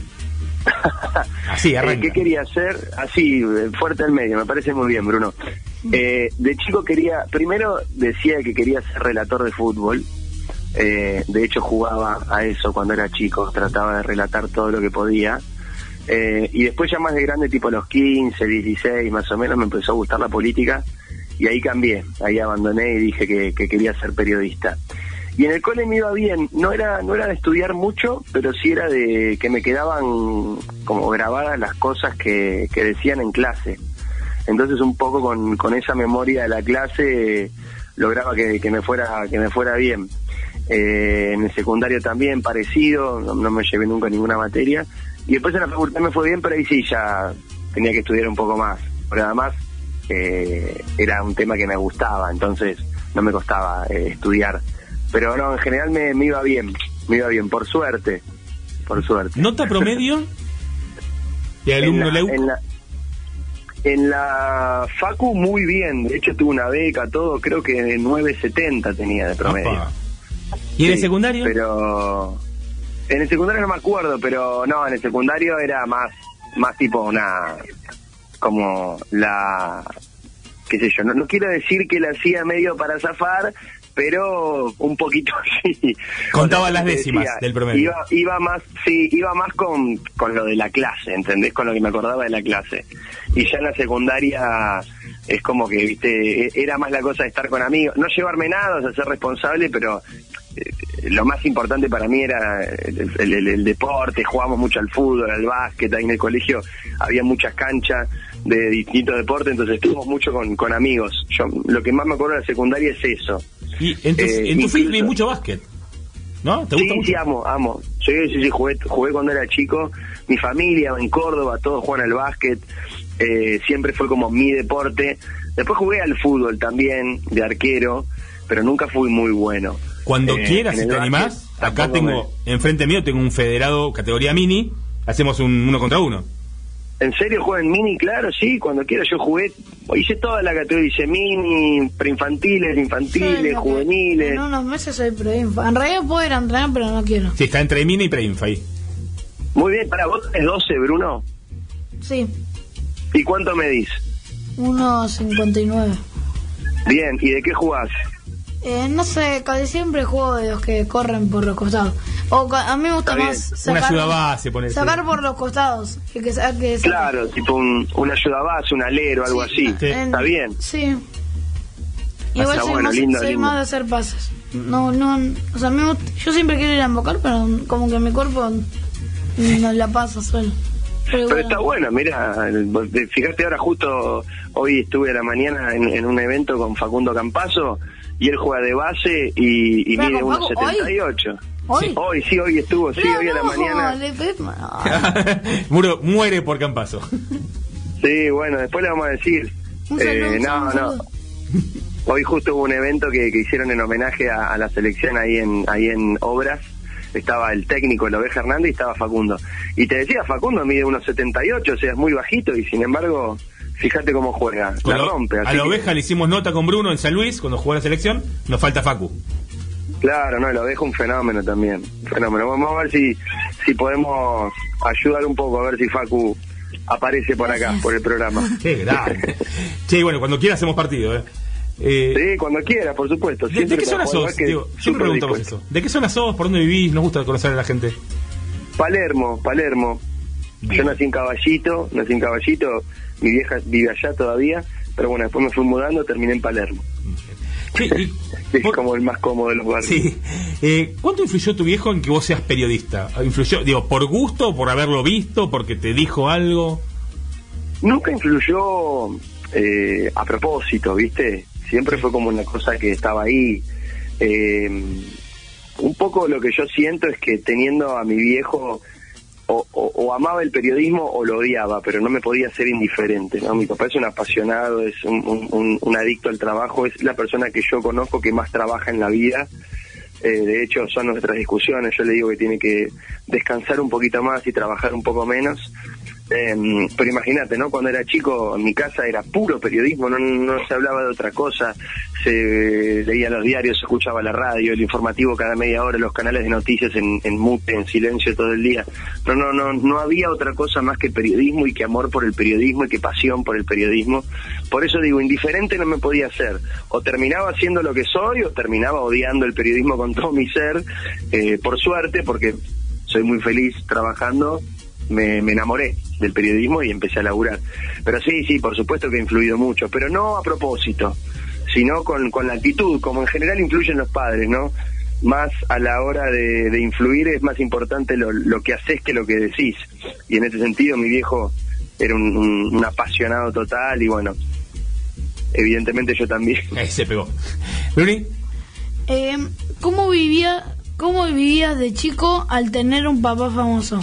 Así, arranca. ¿Qué quería hacer? Así, fuerte al medio, me parece muy bien, Bruno. De chico primero decía que quería ser relator de fútbol. De hecho jugaba a eso cuando era chico, trataba de relatar todo lo que podía. Y después ya más de grande, tipo los 15, 16 más o menos, me empezó a gustar la política y ahí cambié, ahí abandoné y dije que quería ser periodista. Y en el cole me iba bien, no era de estudiar mucho, pero sí era de que me quedaban como grabadas las cosas que decían en clase. Entonces un poco con esa memoria de la clase lograba que me fuera bien. En el secundario también parecido, no me llevé nunca ninguna materia. Y después en la facultad me fue bien, pero ahí sí ya tenía que estudiar un poco más. Porque además era un tema que me gustaba, entonces no me costaba estudiar. Pero no, en general me iba bien, por suerte. ¿Nota promedio? ¿Y alumno Leuco? En la facu muy bien, de hecho tuve una beca, todo, creo que de 9.70 tenía de promedio. Opa. ¿Y en el secundario? Pero en el secundario no me acuerdo, pero no, en el secundario era más tipo qué sé yo, no quiero decir que la hacía medio para zafar, pero un poquito sí. Contaba las décimas del promedio. Iba más con lo de la clase, ¿entendés? Con lo que me acordaba de la clase. Y ya en la secundaria es como que, viste, era más la cosa de estar con amigos, no llevarme nada, o sea, ser responsable, pero lo más importante para mí era el deporte. Jugábamos mucho al fútbol, al básquet, ahí en el colegio había muchas canchas de distintos deportes, entonces estuvimos mucho con amigos. Yo lo que más me acuerdo de la secundaria es eso. Y en tu film hay mucho básquet, ¿no? ¿Te gusta mucho? Sí, amo. Sí, jugué cuando era chico. Mi familia en Córdoba, todos juegan al básquet. Siempre fue como mi deporte. Después jugué al fútbol también, de arquero, pero nunca fui muy bueno. Cuando quieras, si te animás, acá enfrente mío tengo un federado categoría mini, hacemos un 1 contra 1. ¿En serio juegan mini? Claro, sí, cuando quiera. Yo hice toda la categoría, hice mini, preinfantiles, infantiles, juveniles. En unos meses soy preinfa. En realidad puedo ir a entrenar, pero no quiero. Sí, está entre mini y preinfa ahí. Muy bien, vos tenés 12, Bruno. Sí. ¿Y cuánto medís? 1.59. Bien, ¿y de qué jugás? No sé, casi siempre juego de los que corren por los costados. A mí me gusta más sacar, una ayuda base, ponerse. sacar por los costados. Claro, tipo una ayuda base, un alero, algo así. ¿Está bien? Sí. Igual soy más de hacer pases. No, o sea, yo siempre quiero ir a invocar, pero como que mi cuerpo no la pasa solo. Pero está bueno, mira, fíjate ahora justo, hoy estuve a la mañana en un evento con Facundo Campazo, y él juega de base y mide 1.78. ¿Hoy? Sí, hoy estuvo, hoy a la mañana. Muro muere por Campazo. Sí, bueno, después le vamos a decir. No. Hoy justo hubo un evento que hicieron en homenaje a la selección ahí en Obras. Estaba el técnico, el Oveja Hernández, y estaba Facundo. Y te decía, Facundo mide 1.78, o sea, es muy bajito, y sin embargo, fíjate cómo juega, la rompe. A la Oveja le hicimos nota con Bruno en San Luis, cuando jugó la selección, nos falta Facu. Claro, no, el Oveja un fenómeno también, fenómeno. Vamos a ver si podemos ayudar un poco, a ver si Facu aparece por acá, por el programa. Qué grande. Che, bueno, cuando quiera hacemos partido, sí, cuando quiera, por supuesto. ¿De qué zona sos? Digo, siempre preguntamos eso. ¿De qué zona sos? ¿Por dónde vivís? Nos gusta conocer a la gente. Palermo. Bien. Yo nací en Caballito. Mi vieja vive allá todavía, pero bueno, después me fui mudando, terminé en Palermo. Sí, es como el más cómodo de los barrios. Sí. ¿Cuánto influyó tu viejo en que vos seas periodista? ¿Influyó, por gusto, por haberlo visto, porque te dijo algo? Nunca influyó a propósito, ¿viste? Siempre fue como una cosa que estaba ahí. Un poco lo que yo siento es que teniendo a mi viejo, o amaba el periodismo o lo odiaba, pero no me podía ser indiferente, ¿no? Mi papá es un apasionado, es un adicto al trabajo, es la persona que yo conozco que más trabaja en la vida. De hecho, son nuestras discusiones. Yo le digo que tiene que descansar un poquito más y trabajar un poco menos. Pero imagínate, ¿no? Cuando era chico, en mi casa era puro periodismo, no se hablaba de otra cosa, se leía los diarios, se escuchaba la radio, el informativo cada media hora, los canales de noticias en mute, en silencio todo el día. No había otra cosa más que periodismo, y que amor por el periodismo, y que pasión por el periodismo. Por eso digo, indiferente no me podía ser. O terminaba haciendo lo que soy, o terminaba odiando el periodismo con todo mi ser. Por suerte, porque soy muy feliz trabajando, me enamoré del periodismo y empecé a laburar. Pero sí, por supuesto que ha influido mucho, pero no a propósito, sino con la actitud, como en general influyen los padres, ¿no? Más a la hora de influir es más importante lo que haces que lo que decís. Y en ese sentido mi viejo era un apasionado total, y bueno, evidentemente yo también. Ahí se pegó. ¿Bruni? ¿Cómo vivías de chico al tener un papá famoso?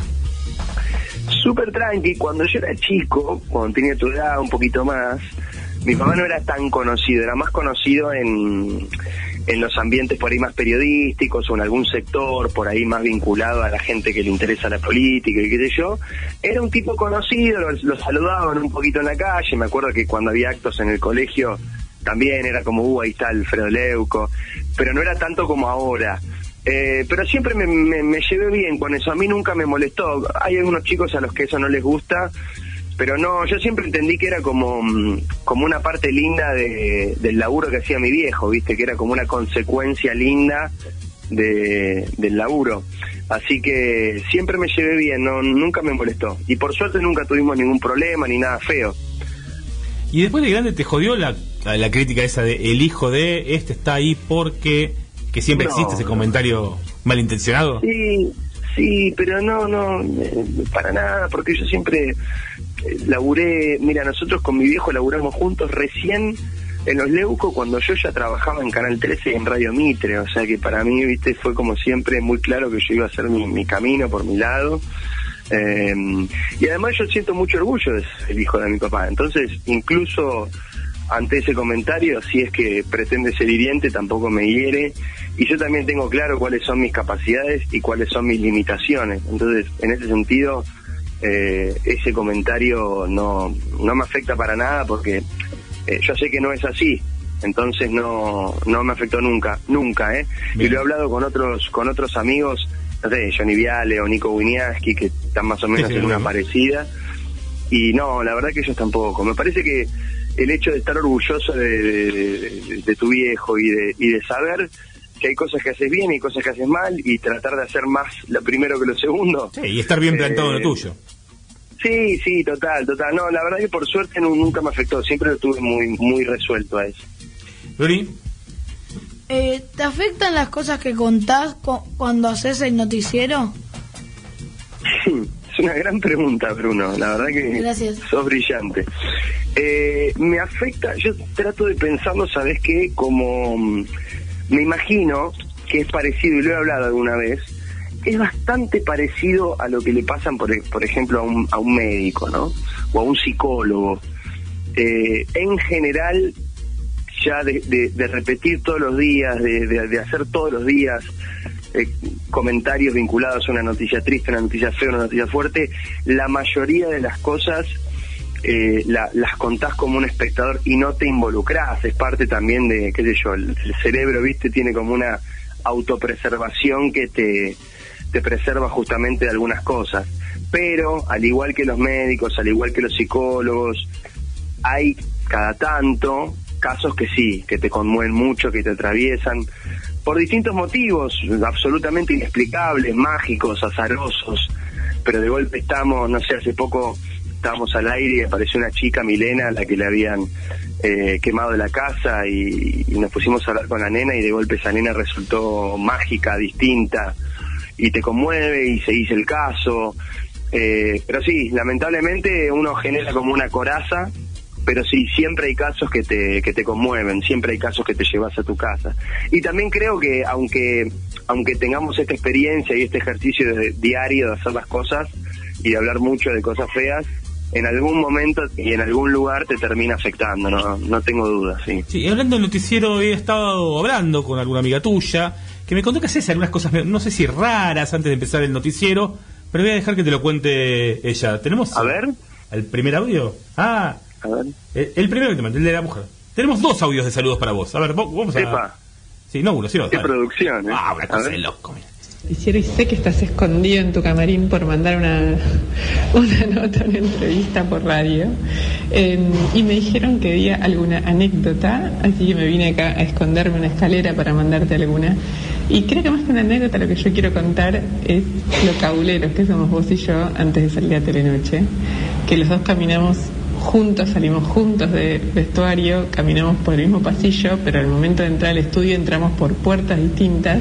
Súper tranqui. Cuando yo era chico, cuando tenía tu edad, un poquito más, mi papá no era tan conocido, era más conocido en los ambientes por ahí más periodísticos, o en algún sector por ahí más vinculado a la gente que le interesa la política y qué sé yo. Era un tipo conocido, lo saludaban un poquito en la calle. Me acuerdo que cuando había actos en el colegio también era como, ahí está Alfredo Leuco, pero no era tanto como ahora. Pero siempre me llevé bien con eso, a mí nunca me molestó. Hay algunos chicos a los que eso no les gusta, pero no, yo siempre entendí que era como una parte linda del laburo que hacía mi viejo, viste, que era como una consecuencia linda del laburo. Así que siempre me llevé bien, nunca me molestó, y por suerte nunca tuvimos ningún problema ni nada feo. Y después de grande te jodió la crítica esa de el hijo de está ahí porque... ¿Que siempre existe ese comentario malintencionado? Sí, pero no, para nada, porque yo siempre laburé. Mira, nosotros con mi viejo laburamos juntos recién en los Leuco, cuando yo ya trabajaba en Canal 13 y en Radio Mitre. O sea que para mí, viste, fue como siempre muy claro que yo iba a hacer mi camino por mi lado. Y además yo siento mucho orgullo de ser el hijo de mi papá. Entonces, incluso ante ese comentario, si es que pretende ser hiriente, tampoco me hiere, y yo también tengo claro cuáles son mis capacidades y cuáles son mis limitaciones. Entonces, en ese sentido, ese comentario no me afecta para nada, porque yo sé que no es así. Entonces no me afectó nunca. Y lo he hablado con otros amigos, no sé, Johnny Viale o Nico Winiarski, que están más o menos en una parecida. Y no, la verdad que ellos tampoco. Me parece que el hecho de estar orgulloso de tu viejo y de saber que hay cosas que haces bien y cosas que haces mal y tratar de hacer más lo primero que lo segundo. Sí, y estar bien plantado en lo tuyo. Sí, total. No, la verdad que por suerte nunca me afectó, siempre lo tuve muy resuelto a eso. Lori. ¿Te afectan las cosas que contás cuando haces el noticiero? Es una gran pregunta, Bruno. La verdad que Gracias. Sos brillante. Me afecta, yo trato de pensarlo, ¿sabes qué? Como me imagino que es parecido, y lo he hablado alguna vez, es bastante parecido a lo que le pasan, por ejemplo, a un médico, ¿no? O a un psicólogo. En general, ya de repetir todos los días, de hacer todos los días comentarios vinculados a una noticia triste, una noticia fea, una noticia fuerte, la mayoría de las cosas las contás como un espectador y no te involucrás. Es parte también de, qué sé yo, el cerebro, viste, tiene como una autopreservación que te preserva justamente de algunas cosas. Pero, al igual que los médicos, al igual que los psicólogos, hay cada tanto casos que sí, que te conmueven mucho, que te atraviesan, por distintos motivos, absolutamente inexplicables, mágicos, azarosos, pero de golpe estamos, no sé, hace poco estábamos al aire y apareció una chica, Milena, a la que le habían quemado de la casa y nos pusimos a hablar con la nena y de golpe esa nena resultó mágica, distinta, y te conmueve y seguís el caso. Pero sí, lamentablemente uno genera como una coraza, pero sí, siempre hay casos que te conmueven, siempre hay casos que te llevas a tu casa. Y también creo que aunque tengamos esta experiencia y este ejercicio diario de hacer las cosas y de hablar mucho de cosas feas, en algún momento y en algún lugar te termina afectando, no tengo dudas, sí. Sí, hablando del noticiero, he estado hablando con alguna amiga tuya que me contó que haces algunas cosas, no sé si raras, antes de empezar el noticiero, pero voy a dejar que te lo cuente ella. ¿Tenemos a ver el primer audio? A ver. El primero que te mandé, el de la mujer. Tenemos 2 audios de saludos para vos. A ver, vamos a... Epa. Sí, no uno, sí, no. Qué producción, una cosa de loco, mira. Noticiero, y sé que estás escondido en tu camarín por mandar una nota, una entrevista por radio, y me dijeron que había alguna anécdota, así que me vine acá a esconderme una escalera para mandarte alguna. Y creo que más que una anécdota, lo que yo quiero contar es lo cabuleros que somos vos y yo antes de salir a Telenoche, que los dos caminamos juntos, salimos juntos de vestuario, caminamos por el mismo pasillo, pero al momento de entrar al estudio entramos por puertas distintas,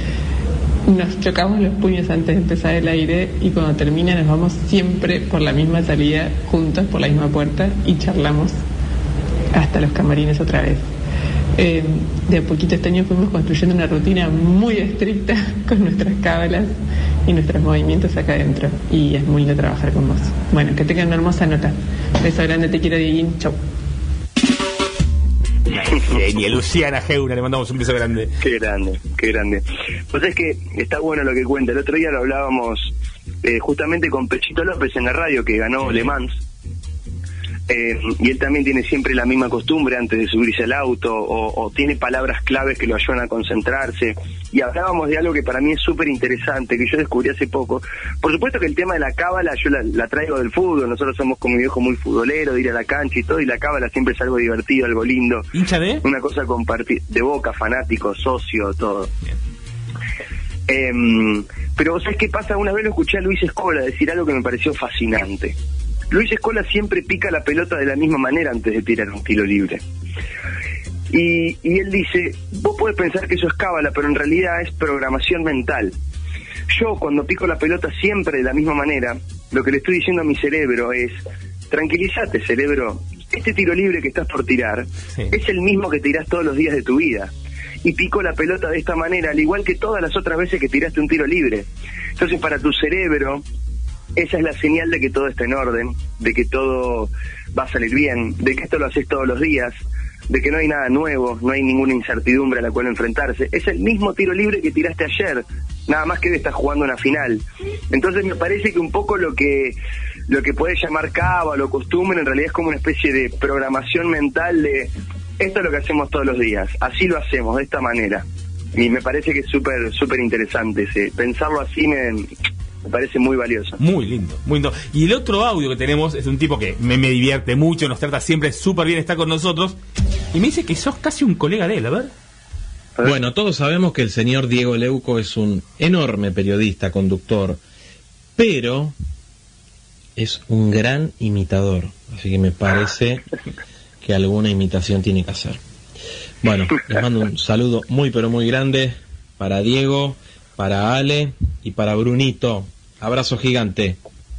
nos chocamos los puños antes de empezar el aire y cuando termina nos vamos siempre por la misma salida, juntos por la misma puerta, y charlamos hasta los camarines otra vez. De a poquito este año fuimos construyendo una rutina muy estricta con nuestras cábalas y nuestros movimientos acá adentro, y es muy lindo trabajar con vos. Bueno, que tengan una hermosa nota. Beso grande, te quiero, Dieguín. Chau. Genia, Luciana Geuna, le mandamos un beso grande. Qué grande. Pues es que está bueno lo que cuenta. El otro día lo hablábamos justamente con Pechito López en la radio, que ganó Le Mans. Y él también tiene siempre la misma costumbre antes de subirse al auto, o tiene palabras claves que lo ayudan a concentrarse. Y hablábamos de algo que para mí es súper interesante, que yo descubrí hace poco. Por supuesto que el tema de la cábala yo la traigo del fútbol. Nosotros somos con mi viejo muy futbolero, de ir a la cancha y todo, y la cábala siempre es algo divertido, algo lindo. ¿Hincha de? Una cosa compartir, de Boca, fanático, socio, todo. Pero ¿sabes qué pasa? Una vez lo escuché a Luis Escola decir algo que me pareció fascinante. Luis Escola siempre pica la pelota de la misma manera antes de tirar un tiro libre. Y él dice, vos podés pensar que eso es cábala, pero en realidad es programación mental. Yo cuando pico la pelota siempre de la misma manera, lo que le estoy diciendo a mi cerebro es, tranquilízate, cerebro, este tiro libre que estás por tirar es el mismo que tirás todos los días de tu vida. Y pico la pelota de esta manera, al igual que todas las otras veces que tiraste un tiro libre. Entonces para tu cerebro esa es la señal de que todo está en orden, de que todo va a salir bien, de que esto lo haces todos los días, de que no hay nada nuevo, no hay ninguna incertidumbre a la cual enfrentarse. Es el mismo tiro libre que tiraste ayer, nada más que hoy estás jugando una final. Entonces me parece que un poco lo que puede llamar cábala o costumbre en realidad es como una especie de programación mental de esto es lo que hacemos todos los días, así lo hacemos, de esta manera. Y me parece que es súper interesante pensarlo así, Me parece muy valioso. Muy lindo, muy lindo. Y el otro audio que tenemos es un tipo que me divierte mucho, nos trata siempre súper bien, está con nosotros. Y me dice que sos casi un colega de él, a ver. Bueno, todos sabemos que el señor Diego Leuco es un enorme periodista, conductor, pero es un gran imitador. Así que me parece que alguna imitación tiene que hacer. Bueno, les mando un saludo muy pero muy grande para Diego, para Ale y para Brunito. Abrazo gigante.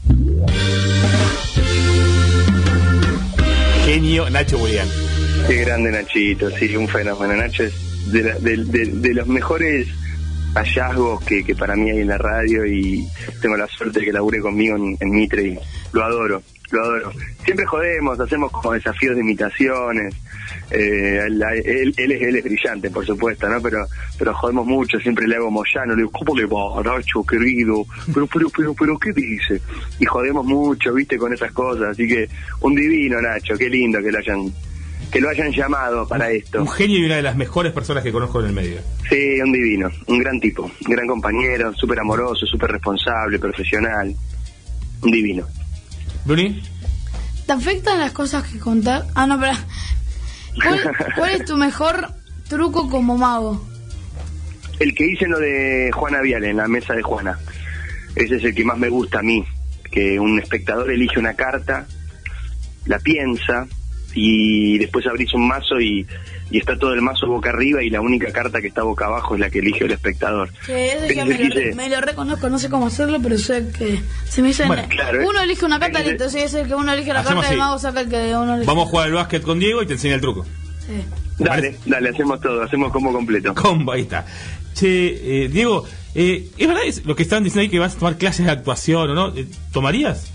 Genio Nacho Burián. Qué grande Nachito, sí, un fenómeno. Nacho es de los mejores hallazgos que para mí hay en la radio, y tengo la suerte de que labure conmigo en Mitre y lo adoro. Siempre jodemos, hacemos como desafíos de imitaciones. Él es brillante, por supuesto, ¿no? Pero jodemos mucho, siempre le hago Moyano, le digo, ¿cómo le va, Nacho, querido? Pero, ¿qué dice? Y jodemos mucho, ¿viste? Con esas cosas, así que un divino, Nacho, qué lindo que lo hayan llamado para esto. Un genio y una de las mejores personas que conozco en el medio. Sí, un divino, un gran tipo, un gran compañero, súper amoroso, súper responsable, profesional, un divino. ¿Bruni? ¿Te afectan las cosas que contás? Ah, no, pero ¿Cuál es tu mejor truco como mago? El que hice en lo de Juana Viale, en la mesa de Juana. Ese es el que más me gusta a mí, que un espectador elige una carta, la piensa, y después abrís un mazo y está todo el mazo boca arriba, y la única carta que está boca abajo es la que elige el espectador. Que ya me lo reconozco, no sé cómo hacerlo, pero sé que se me dice... Bueno, claro, uno elige una carta, entonces es el que uno elige la carta del mago, saca el que uno elige. Vamos a jugar al básquet con Diego y te enseña el truco. Sí. Dale, hacemos todo, hacemos combo completo. Combo, ahí está. Che, Diego, ¿es verdad lo que estaban diciendo ahí, que vas a tomar clases de actuación o no? ¿Tomarías?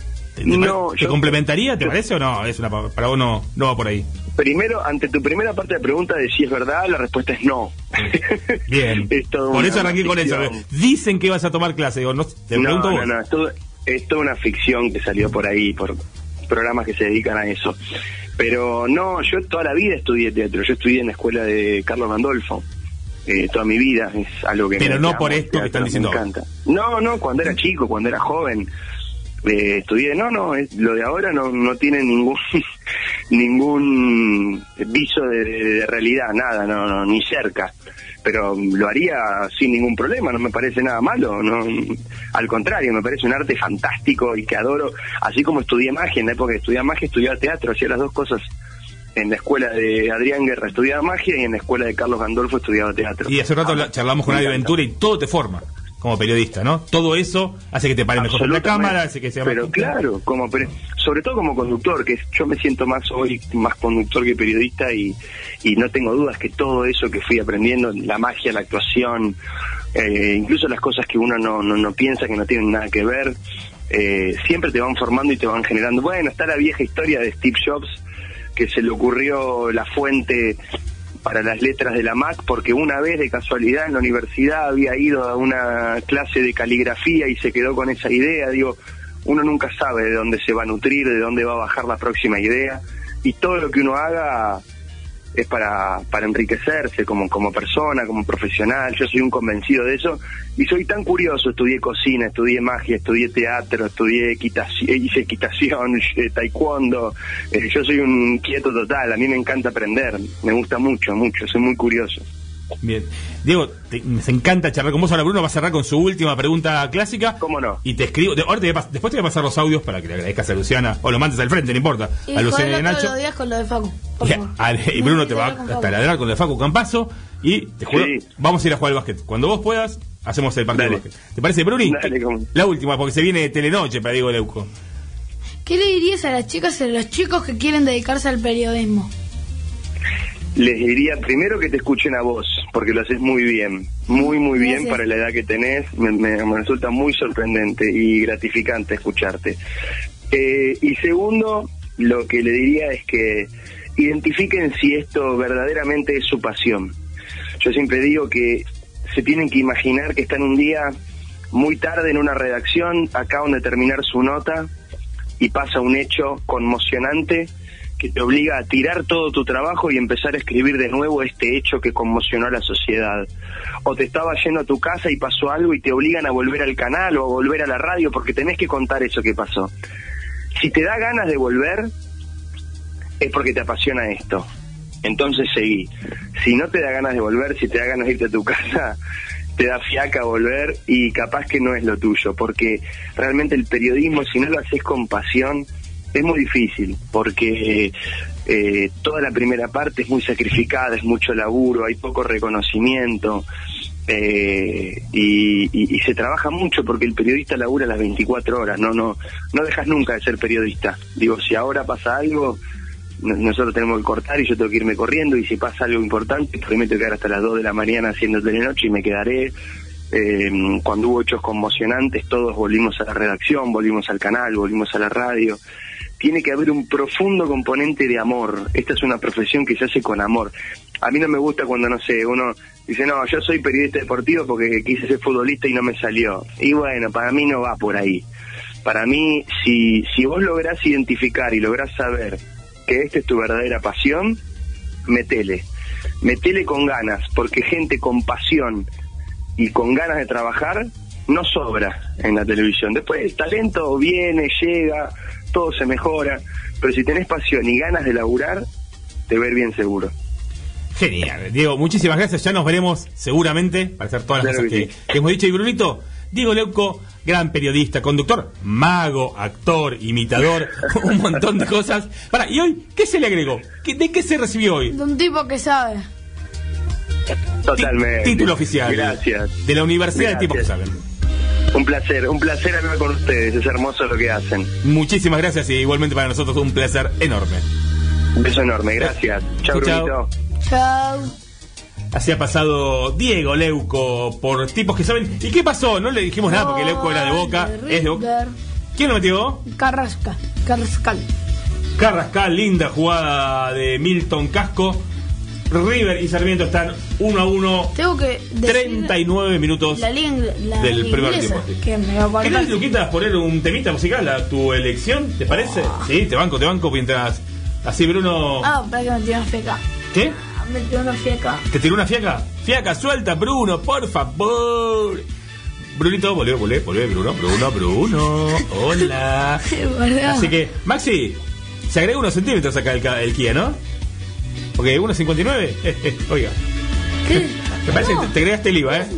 ¿Te complementaría, te parece, o no? Para vos no va por ahí. Primero, ante tu primera parte de pregunta de si es verdad, la respuesta es no. Bien. Por eso arranqué con eso. Dicen que vas a tomar clase, digo, te pregunto vos. No, es toda una ficción que salió por ahí, por programas que se dedican a eso. Pero no, yo toda la vida estudié teatro. Yo estudié en la escuela de Carlos Gandolfo. Toda mi vida es algo que pero no por esto que están diciendo. Me encanta. No, cuando era chico, cuando era joven. Estudié, lo de ahora no tiene ningún viso de realidad, nada, ni cerca, pero lo haría sin ningún problema, no me parece nada malo, no, al contrario, me parece un arte fantástico y que adoro, así como estudié magia, en la época que estudiaba magia, estudiaba teatro, hacía las dos cosas. En la escuela de Adrián Guerra estudiaba magia y en la escuela de Carlos Gandolfo estudiaba teatro. Y hace rato charlamos con Adi Ventura y todo te forma como periodista, ¿no? Todo eso hace que te pare mejor en la cámara, hace que sea pero más... claro, sobre todo como conductor, que yo me siento más conductor que periodista, y no tengo dudas que todo eso que fui aprendiendo, la magia, la actuación, incluso las cosas que uno no piensa, que no tienen nada que ver, siempre te van formando y te van generando. Bueno, está la vieja historia de Steve Jobs, que se le ocurrió la fuente para las letras de la Mac, porque una vez de casualidad en la universidad había ido a una clase de caligrafía y se quedó con esa idea. Digo, uno nunca sabe de dónde se va a nutrir, de dónde va a bajar la próxima idea, y todo lo que uno haga es para enriquecerse como persona, como profesional. Yo soy un convencido de eso, y soy tan curioso. Estudié cocina, estudié magia, estudié teatro, hice equitación, taekwondo. Yo soy un quieto total, a mí me encanta aprender, me gusta mucho, soy muy curioso. Bien. Diego, me encanta charlar con vos. Ahora Bruno va a cerrar con su última pregunta clásica. ¿Cómo no? Y te escribo, después te voy a pasar los audios para que le agradezcas a Luciana, o lo mandes al frente, no importa. Y a Luciana y Nacho. Nacho. Los días con lo de Facu. Y Bruno te va a taladrar con lo de Facu Campazo. Y te juro, vamos a ir a jugar al básquet. Cuando vos puedas, hacemos el partido de básquet. ¿Te parece, Bruni? La última, porque se viene Telenoche para Diego Leuco. ¿Qué le dirías a las chicas y a los chicos que quieren dedicarse al periodismo? Les diría primero que te escuchen a vos, porque lo haces muy bien, muy bien para la edad que tenés. Me resulta muy sorprendente y gratificante escucharte. Y segundo, lo que le diría es que identifiquen si esto verdaderamente es su pasión. Yo siempre digo que se tienen que imaginar que están un día muy tarde en una redacción, acaban de terminar su nota y pasa un hecho conmocionante que te obliga a tirar todo tu trabajo y empezar a escribir de nuevo este hecho que conmocionó a la sociedad. O te estabas yendo a tu casa y pasó algo y te obligan a volver al canal o a volver a la radio porque tenés que contar eso que pasó. Si te da ganas de volver, es porque te apasiona esto. Entonces seguí. Si no te da ganas de volver, si te da ganas de irte a tu casa, te da fiaca volver y capaz que no es lo tuyo, porque realmente el periodismo, si no lo haces con pasión, es muy difícil, porque toda la primera parte es muy sacrificada, es mucho laburo, hay poco reconocimiento, y se trabaja mucho porque el periodista labura las 24 horas, no dejas nunca de ser periodista. Digo, si ahora pasa algo, nosotros tenemos que cortar y yo tengo que irme corriendo, y si pasa algo importante, pues me tengo que quedar hasta las 2 de la mañana haciendo telenoche y me quedaré. Cuando hubo hechos conmocionantes, todos volvimos a la redacción, volvimos al canal, volvimos a la radio. Tiene que haber un profundo componente de amor. Esta es una profesión que se hace con amor. A mí no me gusta cuando, no sé, uno dice, no, yo soy periodista deportivo porque quise ser futbolista y no me salió. Y bueno, para mí no va por ahí. Para mí, si vos lográs identificar y lográs saber que esta es tu verdadera pasión, metele con ganas, porque gente con pasión y con ganas de trabajar no sobra en la televisión. Después el talento viene, llega, todo se mejora, pero si tenés pasión y ganas de laburar, te va a ir bien seguro. Genial, Diego, muchísimas gracias. Ya nos veremos seguramente para hacer todas las cosas que hemos dicho. Y Brunito, Diego Leuco, gran periodista, conductor, mago, actor, imitador, un montón de cosas. ¿Y hoy qué se le agregó? ¿De qué se recibió hoy? De un tipo que sabe. Totalmente. Título oficial. Gracias. De la Universidad de Tipos que Saben. Un placer hablar con ustedes, es hermoso lo que hacen. Muchísimas gracias, y igualmente para nosotros un placer enorme. Un beso enorme, gracias. Chau, Brunito. Chao. Así ha pasado Diego Leuco por Tipos que Saben. ¿Y qué pasó? No le dijimos nada porque Leuco era de Boca. Es de Boca. ¿Quién lo metió? Carrascal. Carrascal, linda jugada de Milton Casco. River y Sarmiento están 1-1. Tengo que 39 minutos del primer tiempo. ¿Querés, Luquita, poner un temita musical a tu elección? ¿Te parece? Sí, te banco mientras. Así, Bruno. Para que me tire una fiaca. ¿Qué? Me tiró una fiaca. ¿Te tiró una fiaca? Fiaca, suelta, Bruno, por favor. Brunito, volvé, Bruno. Hola. Así que, Maxi, se agrega unos centímetros acá el Kia, ¿no? Porque 1.59, oiga. ¿Qué? Me parece que te agregaste el IVA,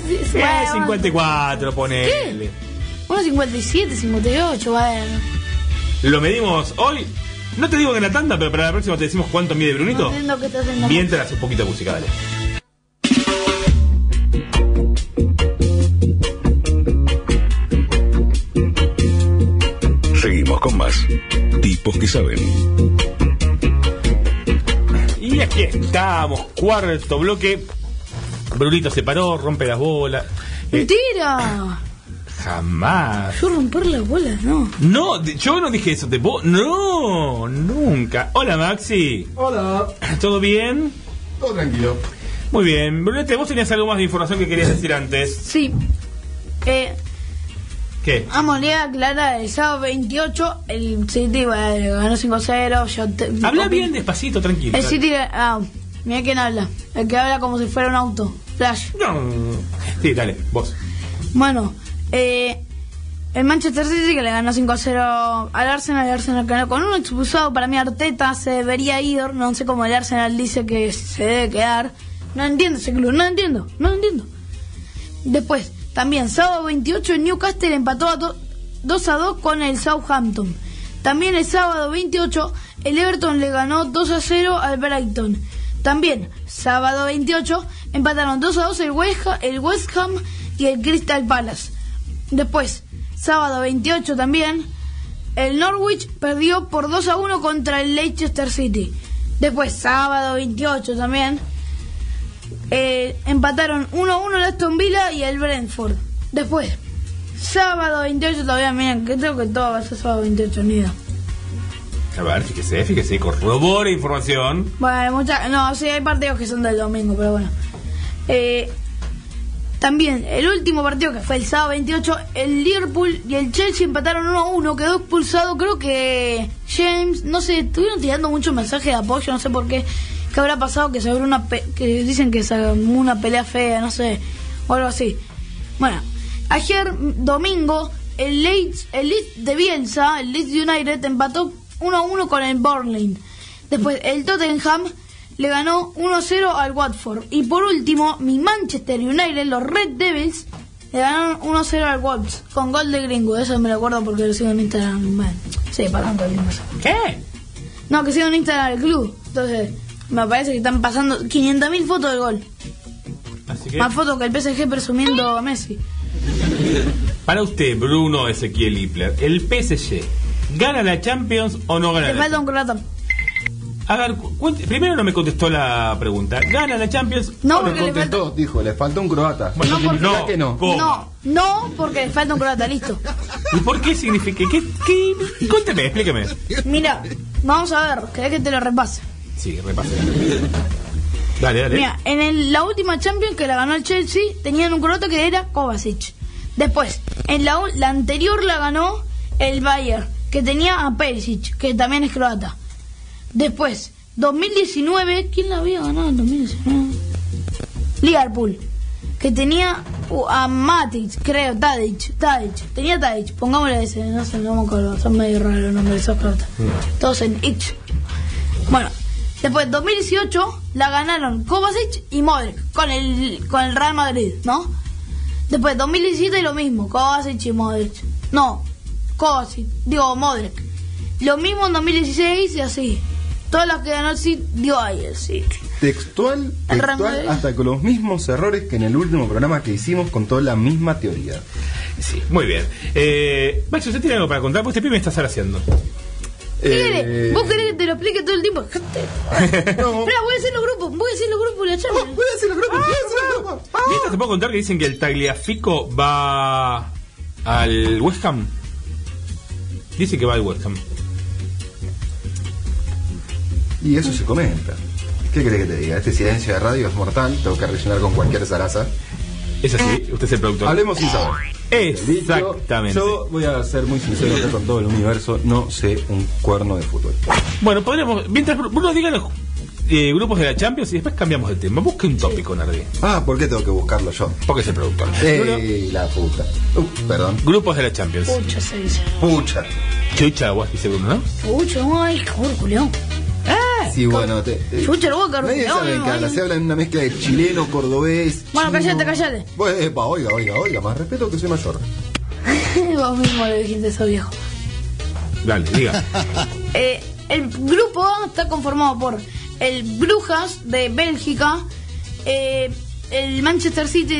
54, ponele. ¿Qué? 1.57, 58, bueno. Lo medimos hoy. No te digo que en la tanda, pero para la próxima te decimos cuánto mide Brunito. No entiendo qué estás haciendo. Mientras un poquito de música, dale. Seguimos con más Tipos que Saben. Y aquí estamos, cuarto bloque. Brunito se paró, rompe las bolas. ¡Mentira! Jamás. Yo romper las bolas, no. No, yo no dije eso. No, nunca. Hola, Maxi. Hola. ¿Todo bien? Todo tranquilo. Muy bien. Brunete, vos tenías algo más de información que querías decir antes. Sí. ¿Qué? Vamos a aclarar, el sábado 28 el City ganó 5-0. Habla bien despacito, tranquilo. El City, mira quién habla. El que habla como si fuera un auto. Flash. No. Sí, dale, vos. Bueno, el Manchester City que le ganó 5-0 al Arsenal. El Arsenal ganó con un expulsado. Para mí Arteta se debería ir. No sé cómo el Arsenal dice que se debe quedar. No entiendo ese club, no entiendo. Después, también sábado 28 el Newcastle empató a 2-2 con el Southampton. También el sábado 28 el Everton le ganó 2-0 al Brighton. También sábado 28 empataron 2-2 el West Ham y el Crystal Palace. Después, sábado 28 también el Norwich perdió por 2-1 contra el Leicester City. Después, sábado 28 también empataron 1-1 el Aston Villa y el Brentford. Después, sábado 28 todavía, miren, que creo que todo va a ser sábado 28, ni idea. A ver, fíjese, corrobora información. Bueno, sí, hay partidos que son del domingo, pero bueno. También, el último partido, que fue el sábado 28, el Liverpool y el Chelsea empataron 1-1, quedó expulsado, creo que James, no sé, estuvieron tirando muchos mensajes de apoyo, no sé por qué, qué habrá pasado, que se abrió que dicen que se abrió una pelea fea, no sé, o algo así. Bueno, ayer, domingo, el Leeds de Bielsa, el Leeds United, empató 1-1 con el Burnley. Después, el Tottenham le ganó 1-0 al Watford. Y por último, mi Manchester United, los Red Devils, le ganaron 1-0 al Wolves, con gol de Greenwood. Eso me lo acuerdo porque lo sigo en Instagram. Bueno, sí, parando el mismo. ¿Qué? No, que sigo en Instagram el club. Entonces, me parece que están pasando 500.000 fotos del gol. Así que... Más fotos que el PSG presumiendo a Messi. Para usted, Bruno Ezequiel Ipler, ¿el PSG gana la Champions o no gana Le la falta un Champions? croata. A ver, primero no me contestó la pregunta. ¿Gana la Champions? No, Le porque le contestó, falta... dijo, le falta un croata. Bueno, No, porque- ¿Significa que no? No, porque le falta un croata, listo. ¿Y por qué significa? ¿Qué? Cuénteme, explíqueme. Mira, vamos a ver, querés que te lo repase. Sí, repase. Dale. Mira, en la última Champions que la ganó el Chelsea, tenían un croata que era Kovacic. Después, en la anterior la ganó el Bayern, que tenía a Perisic, que también es croata. Después, 2019, ¿quién la había ganado en 2019? Liverpool, que tenía a Matic, creo, Tadic. Tenía Tadic, pongámosle ese, no sé, no me acuerdo, son medio raros los nombres de esos croatas. Todos en ich. Bueno, después 2018 la ganaron Kovacic y Modric con el Real Madrid, ¿no? Después 2017 lo mismo, Kovacic y Modric. No, Modric. Lo mismo en 2016 y así. Todas las que ganó el City dio ahí el City. Textual, hasta con los mismos errores que en el último programa que hicimos, con toda la misma teoría. Sí, muy bien. Max, ¿usted tiene algo para contar? Pues este pibe me está zaraseando. ¿Vos querés que te lo explique todo el tiempo? Espera, voy a hacer los grupos de la Champions. Voy a hacer los grupos. Mientras te puedo contar que dicen que el Tagliafico va al West Ham. Dice que va al West Ham. Y eso se comenta. ¿Qué querés que te diga? Este silencio de radio es mortal, tengo que rellenar con cualquier zaraza. Es así, usted es el productor. Hablemos sin saber. Exactamente. Yo voy a ser muy sincero acá con todo el universo, no sé un cuerno de fútbol. Bueno, podríamos, mientras Bruno diga los grupos de la Champions y después cambiamos de tema. Busque un tópico, Nardi. ¿Por qué tengo que buscarlo yo? Porque es el productor. La puta. Perdón. Grupos de la Champions. Pucha se dice. Pucha. Chucha, vos dice Bruno, ¿no? Pucha, ay, joder, culiao. Sí, bueno, Chucha, lo voy a cargar. nadie sabe en qué habla, se habla en una mezcla de chileno, cordobés. Bueno, chino. cállate. Bueno, oiga, más respeto que soy mayor. Vos mismo le dijiste eso, viejo. Dale, diga. El grupo A está conformado por el Brujas de Bélgica, el Manchester City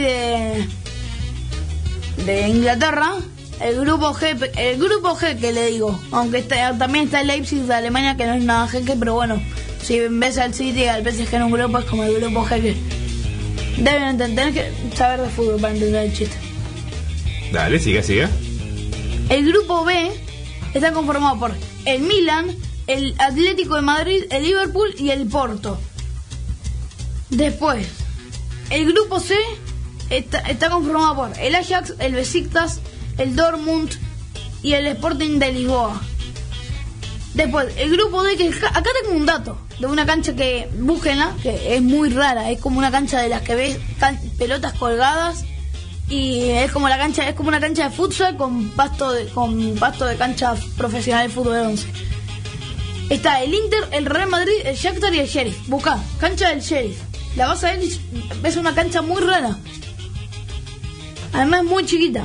de Inglaterra, el grupo G que le digo, aunque también está el Leipzig de Alemania, que no es nada G, pero bueno, si ves al City y al PSG en un grupo, es como el grupo G, que deben tener que saber de fútbol para entender el chiste. Dale, siga. El grupo B está conformado por el Milan, el Atlético de Madrid, el Liverpool y el Porto. Después, el grupo C está conformado por el Ajax, el Besiktas, el Dortmund y el Sporting de Lisboa. Después, el grupo D, que acá tengo un dato de una cancha que búsquenla, que es muy rara, es como una cancha de las que ves pelotas colgadas. Y es como una cancha de futsal con pasto de cancha profesional de fútbol de 11. Está el Inter, el Real Madrid, el Shakhtar y el Sheriff. Buscá, cancha del Sheriff. La vas a ver y ves una cancha muy rara. Además muy chiquita.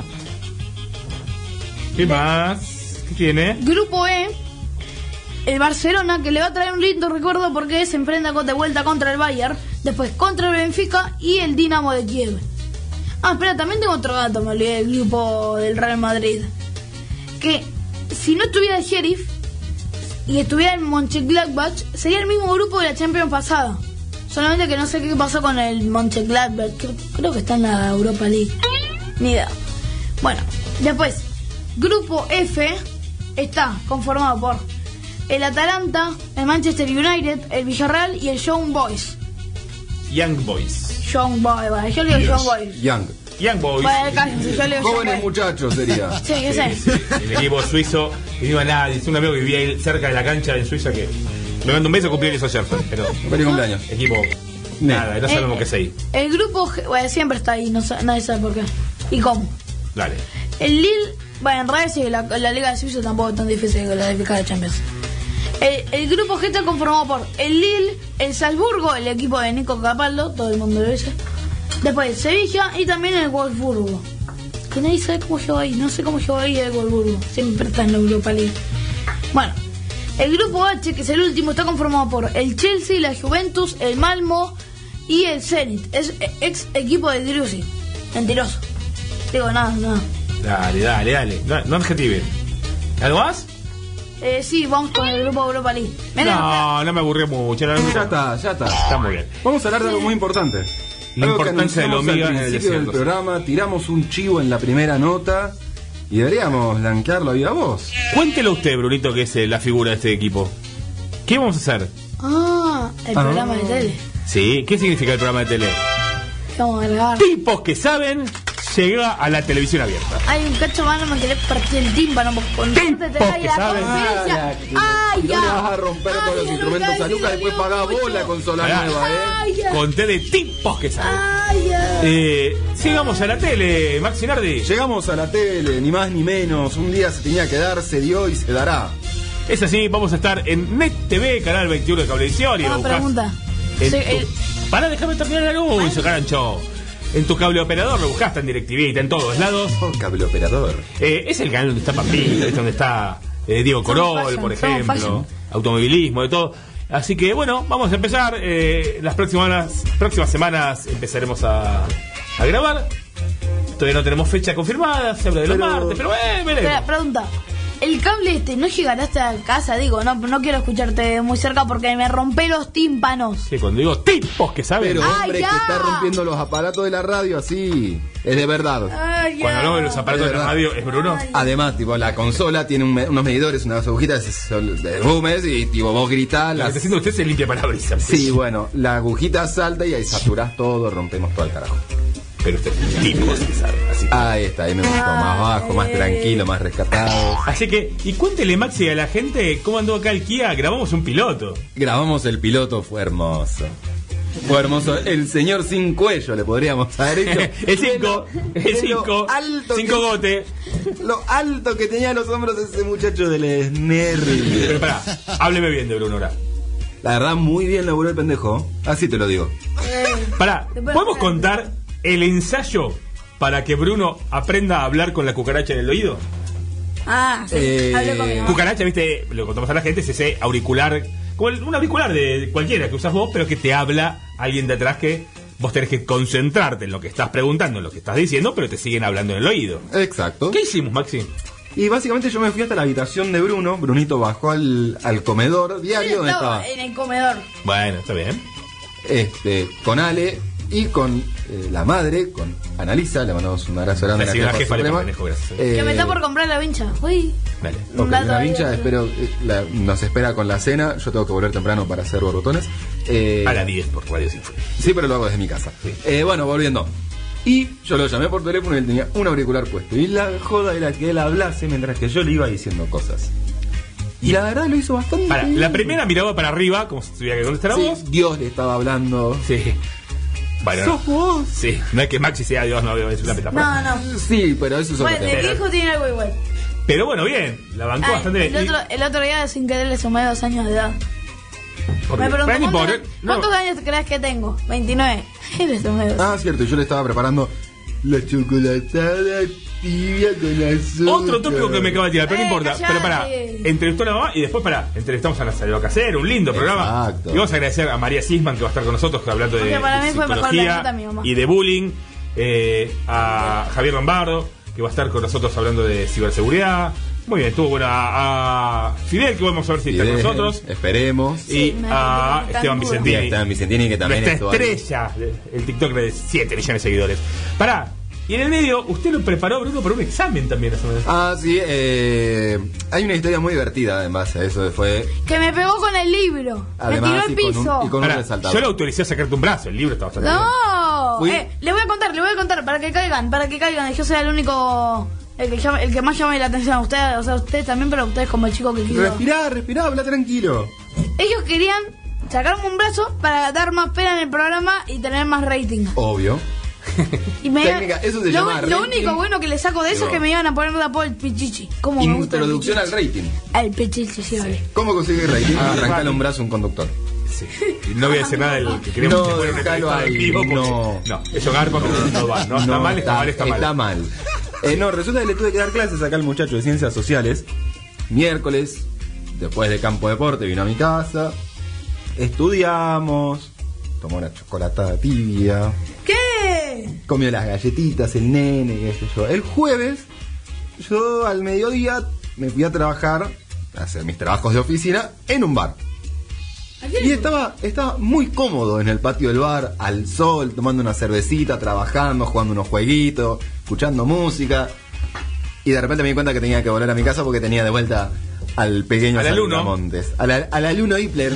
¿Qué más? ¿Qué tiene? Grupo E, el Barcelona, que le va a traer un lindo recuerdo porque se enfrenta de vuelta contra el Bayern, después contra el Benfica y el Dinamo de Kiev. Espera, también tengo otro dato, me olvidé del grupo del Real Madrid. Que si no estuviera el Sheriff y estuviera el Mönchengladbach, sería el mismo grupo de la Champions pasada. Solamente que no sé qué pasó con el Mönchengladbach. Creo que está en la Europa League. Ni idea. Bueno, después, grupo F está conformado por el Atalanta, el Manchester United, el Villarreal y el Young Boys. Young Boys. Young Boys, yo digo Young Boys. Young. Young Boys. Bueno, cállense, yo leo Jóvenes Young Boys. muchachos sería. Sí, que sé. El equipo suizo, que no iba nadie. Es un amigo que vivía ahí cerca de la cancha en Suiza que me mandó un beso, cumpleaños ayer, pero Feliz cumpleaños. equipo, nada, no sabemos qué es ahí. El grupo bueno, siempre está ahí, nadie sabe por qué. ¿Y cómo? Dale. El Lille, bueno, en realidad sí, la Liga de Suiza tampoco es tan difícil que la de la Champions. El grupo G está conformado por el Lille, el Salzburgo, el equipo de Nico Capaldo, todo el mundo lo dice. Después el Sevilla y también el Wolfsburgo. Que nadie sabe cómo llegó ahí, no sé cómo llegó ahí el Wolfsburgo. Siempre está en la Europa League. Bueno, el grupo H, que es el último, está conformado por el Chelsea, la Juventus, el Malmo y el Zenit. Es ex equipo de Driussi. Mentiroso. Digo, nada. Dale. No adjetive. ¿Algo más? Sí, vamos con el grupo Europa League. No me aburrió mucho. Ya está. Está muy bien. Vamos a hablar de algo muy importante. La Algo que importancia de la anunciamos hormiga al en el principio del desierto. programa, tiramos un chivo en la primera nota y deberíamos blanquearlo ahí a vos. Cuéntelo usted, Brunito, que es la figura de este equipo. ¿Qué vamos a hacer? El programa de tele. Sí, ¿qué significa el programa de tele? Vamos a grabar. Tipos que saben llega a la televisión abierta. Hay un cacho mano, me querés partir el tímpano con te trae que la saben. conferencia. ¡Ay, No ya! le vas a romper todos los instrumentos a Lucas, después pagás vos la consola nueva, ¡Ay, ya! Conté de tipos que saben. ¡Ay, ya! Sigamos a la tele, Maxi Nardi. Llegamos a la tele, ni más ni menos. Un día se tenía que dar, se dio y se dará. Es así, vamos a estar en Net TV, canal 21 de Cablevisión. Una pregunta. Para déjame terminar el anuncio, carancho. En tu cable operador lo buscaste en DirecTV, está en todos lados. Cable operador. Es el canal donde está Pampita, es donde está Diego Corol, por ejemplo. Automovilismo, de todo. Así que bueno, vamos a empezar. Las próximas semanas empezaremos a grabar. Todavía no tenemos fecha confirmada, se habla de los martes, pero veremos. Espera, pregunta. El cable no llegará hasta casa, digo, no quiero escucharte muy cerca porque me rompe los tímpanos. Sí, cuando digo tipos que saben. Pero hombre, que está rompiendo los aparatos de la radio así, es de verdad. Cuando hablamos de los aparatos de la radio, es Bruno. Además, tipo, la consola tiene unos medidores, unas agujitas de volumen y tipo, vos gritás. Lo que está haciendo usted se limpia parabrisas. Sí, bueno, la agujita salta y ahí saturás todo, rompemos todo el carajo. Pero usted es tipos que saben. Así que... Ahí está, ahí me gustó, más bajo, más tranquilo, más rescatado. Así que, y cuéntele, Maxi, a la gente cómo andó acá el Kia. Grabamos un piloto. Grabamos el piloto, fue hermoso. Fue hermoso. El señor sin cuello, le podríamos haber hecho. El 5 gote. Lo alto que tenía los hombros ese muchacho del Snerl. Pero pará, hábleme bien de Bruno ahora. La verdad, muy bien laburó el pendejo. Así te lo digo. Pará, ¿podemos contar el ensayo para que Bruno aprenda a hablar con la cucaracha en el oído? Sí, hablé con mi mamá. Cucaracha, viste, lo contamos a la gente, es ese auricular, como un auricular de cualquiera que usas vos, pero que te habla alguien de atrás que vos tenés que concentrarte en lo que estás preguntando, en lo que estás diciendo, pero te siguen hablando en el oído. Exacto. ¿Qué hicimos, Maxi? Y básicamente yo me fui hasta la habitación de Bruno. Brunito bajó al comedor diario donde estaba. En el comedor. Bueno, está bien. Con Ale y con la madre, con Analisa, le mandamos un abrazo grande a la jefa suprema. Que me está por comprar la vincha. Uy. Dale. Ok, una vincha, espero, nos espera con la cena. Yo tengo que volver temprano para hacer borbotones. A las 10 por Radio Sin Fin. Sí, pero lo hago desde mi casa. Sí. Bueno, volviendo. Y yo lo llamé por teléfono y él tenía un auricular puesto. Y la joda era que él hablase mientras que yo le iba diciendo cosas. Y la verdad lo hizo bastante bien. La primera miraba para arriba, como si tuviera que contestar a vos. Dios le estaba hablando. Sí. Bueno, ¿sos vos? Sí, no es que Maxi sea Dios, no, es una metáfora. No. Sí, pero eso es bueno, el hijo tiene algo igual. Pero bueno, bien, la bancó bastante bien. El otro día sin querer le sumé 2 años de edad. Me preguntó, ¿cuántos años crees que tengo? 29. Cierto, y yo le estaba preparando la chocolatada tibia con azúcar. Otro tópico que me acaba de tirar, pero no importa. Callate. Pero pará, entrevistó a la mamá y después entrevistamos a Nazario Casero, un lindo programa. Exacto. Y vamos a agradecer a María Sisman que va a estar con nosotros, que hablando de psicología y de bullying. A Javier Lombardo, que va a estar con nosotros hablando de ciberseguridad. Muy bien, estuvo bueno a Fidel, que vamos a ver si está con nosotros. Esperemos. Y a Esteban Vicentini. Esteban Vicentini, que también estuvo estrella, el TikTok de 7 millones de seguidores. Pará, y en el medio, usted lo preparó, Bruno, para un examen también. Sí, hay una historia muy divertida en base a eso. Fue que me pegó con el libro. Además, me tiró al piso. Y con un resaltador. Yo lo autoricé a sacarte un brazo, el libro está bastante bien. No, les voy a contar para que caigan. Yo soy el único, el que más llama la atención a ustedes, o sea, ustedes también, pero ustedes como el chico que quiso. Respirá, habla tranquilo. Ellos querían sacarme un brazo para dar más pena en el programa y tener más rating. Obvio. Y me Técnica, eso se llama lo rating. único bueno que le saco de eso es que me iban a poner de apodo el pichichi. ¿Cómo me gusta el Introducción al rating. El pichichi, sí, vale. ¿Cómo conseguir rating? Arrancale un brazo a un conductor. Sí. Y no voy a decir nada del que queremos No, poner un déjalo entrevistado en ahí, vivo porque- no. No, eso garpa, pero no va. No, está mal. Está mal. No, resulta que le tuve que dar clases acá al muchacho de Ciencias Sociales. Miércoles, después de campo deporte, vino a mi casa. Estudiamos. Tomó una chocolatada tibia. ¿Qué? Comió las galletitas, el nene, qué sé yo. El jueves, yo al mediodía me fui a trabajar, a hacer mis trabajos de oficina, en un bar. Y estaba muy cómodo en el patio del bar, al sol, tomando una cervecita, trabajando, jugando unos jueguitos, escuchando música. Y de repente me di cuenta que tenía que volver a mi casa porque tenía de vuelta al pequeño Al alumno. Saltamontes. Al alumno Hitler.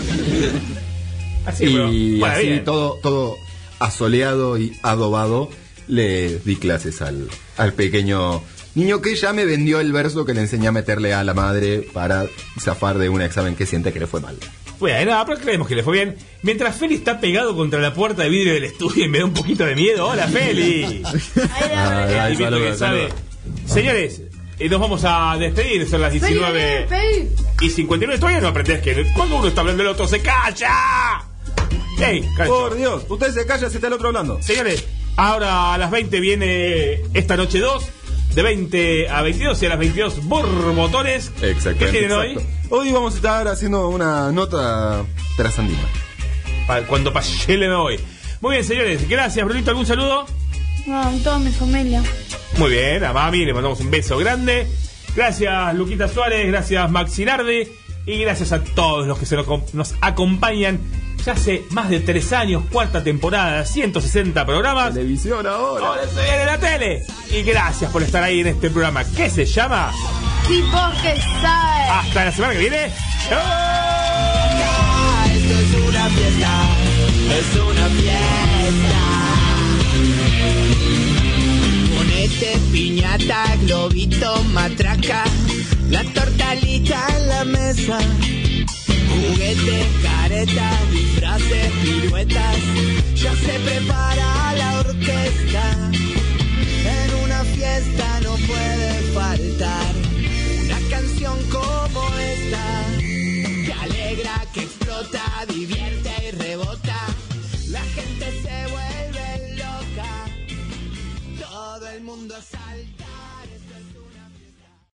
Así, Y bueno, así bien. todo asoleado y adobado le di clases al pequeño niño que ya me vendió el verso que le enseñé a meterle a la madre para zafar de un examen que siente que le fue mal. Bueno, pero creemos que le fue bien. Mientras Feli está pegado contra la puerta de vidrio del estudio y me da un poquito de miedo. ¡Hola, Feli! Ay, Y viendo que saluda. sabe. Señores, nos vamos a despedir. Son las 19 y 59. Todavía no aprendés que cuando uno está hablando el otro se calla. ¡Ey! Calla. Por Dios, usted se calla si está el otro hablando. Señores, ahora a las 20 viene Esta Noche 2. De 20 a 22 y a las 22 borbotones. Exactamente. ¿Qué tienen hoy? Hoy vamos a estar haciendo una nota trasandina. Cuando payelen hoy. Muy bien, señores. Gracias, Brunito. ¿Algún saludo? No, toda mi familia. Muy bien, a Mami le mandamos un beso grande. Gracias, Luquita Suárez. Gracias, Maxi Nardi. Y gracias a todos los que nos acompañan. Ya hace más de 3 años, 4ª temporada, 160 programas. Televisión ahora. Se viene la tele. Y gracias por estar ahí en este programa. ¿Qué se llama? Tipos que saben. Hasta la semana que viene. Esto es una fiesta, es una fiesta. Ponete piñata, globito, matraca, la torta lista en la mesa. Juguetes, caretas, disfraces, piruetas.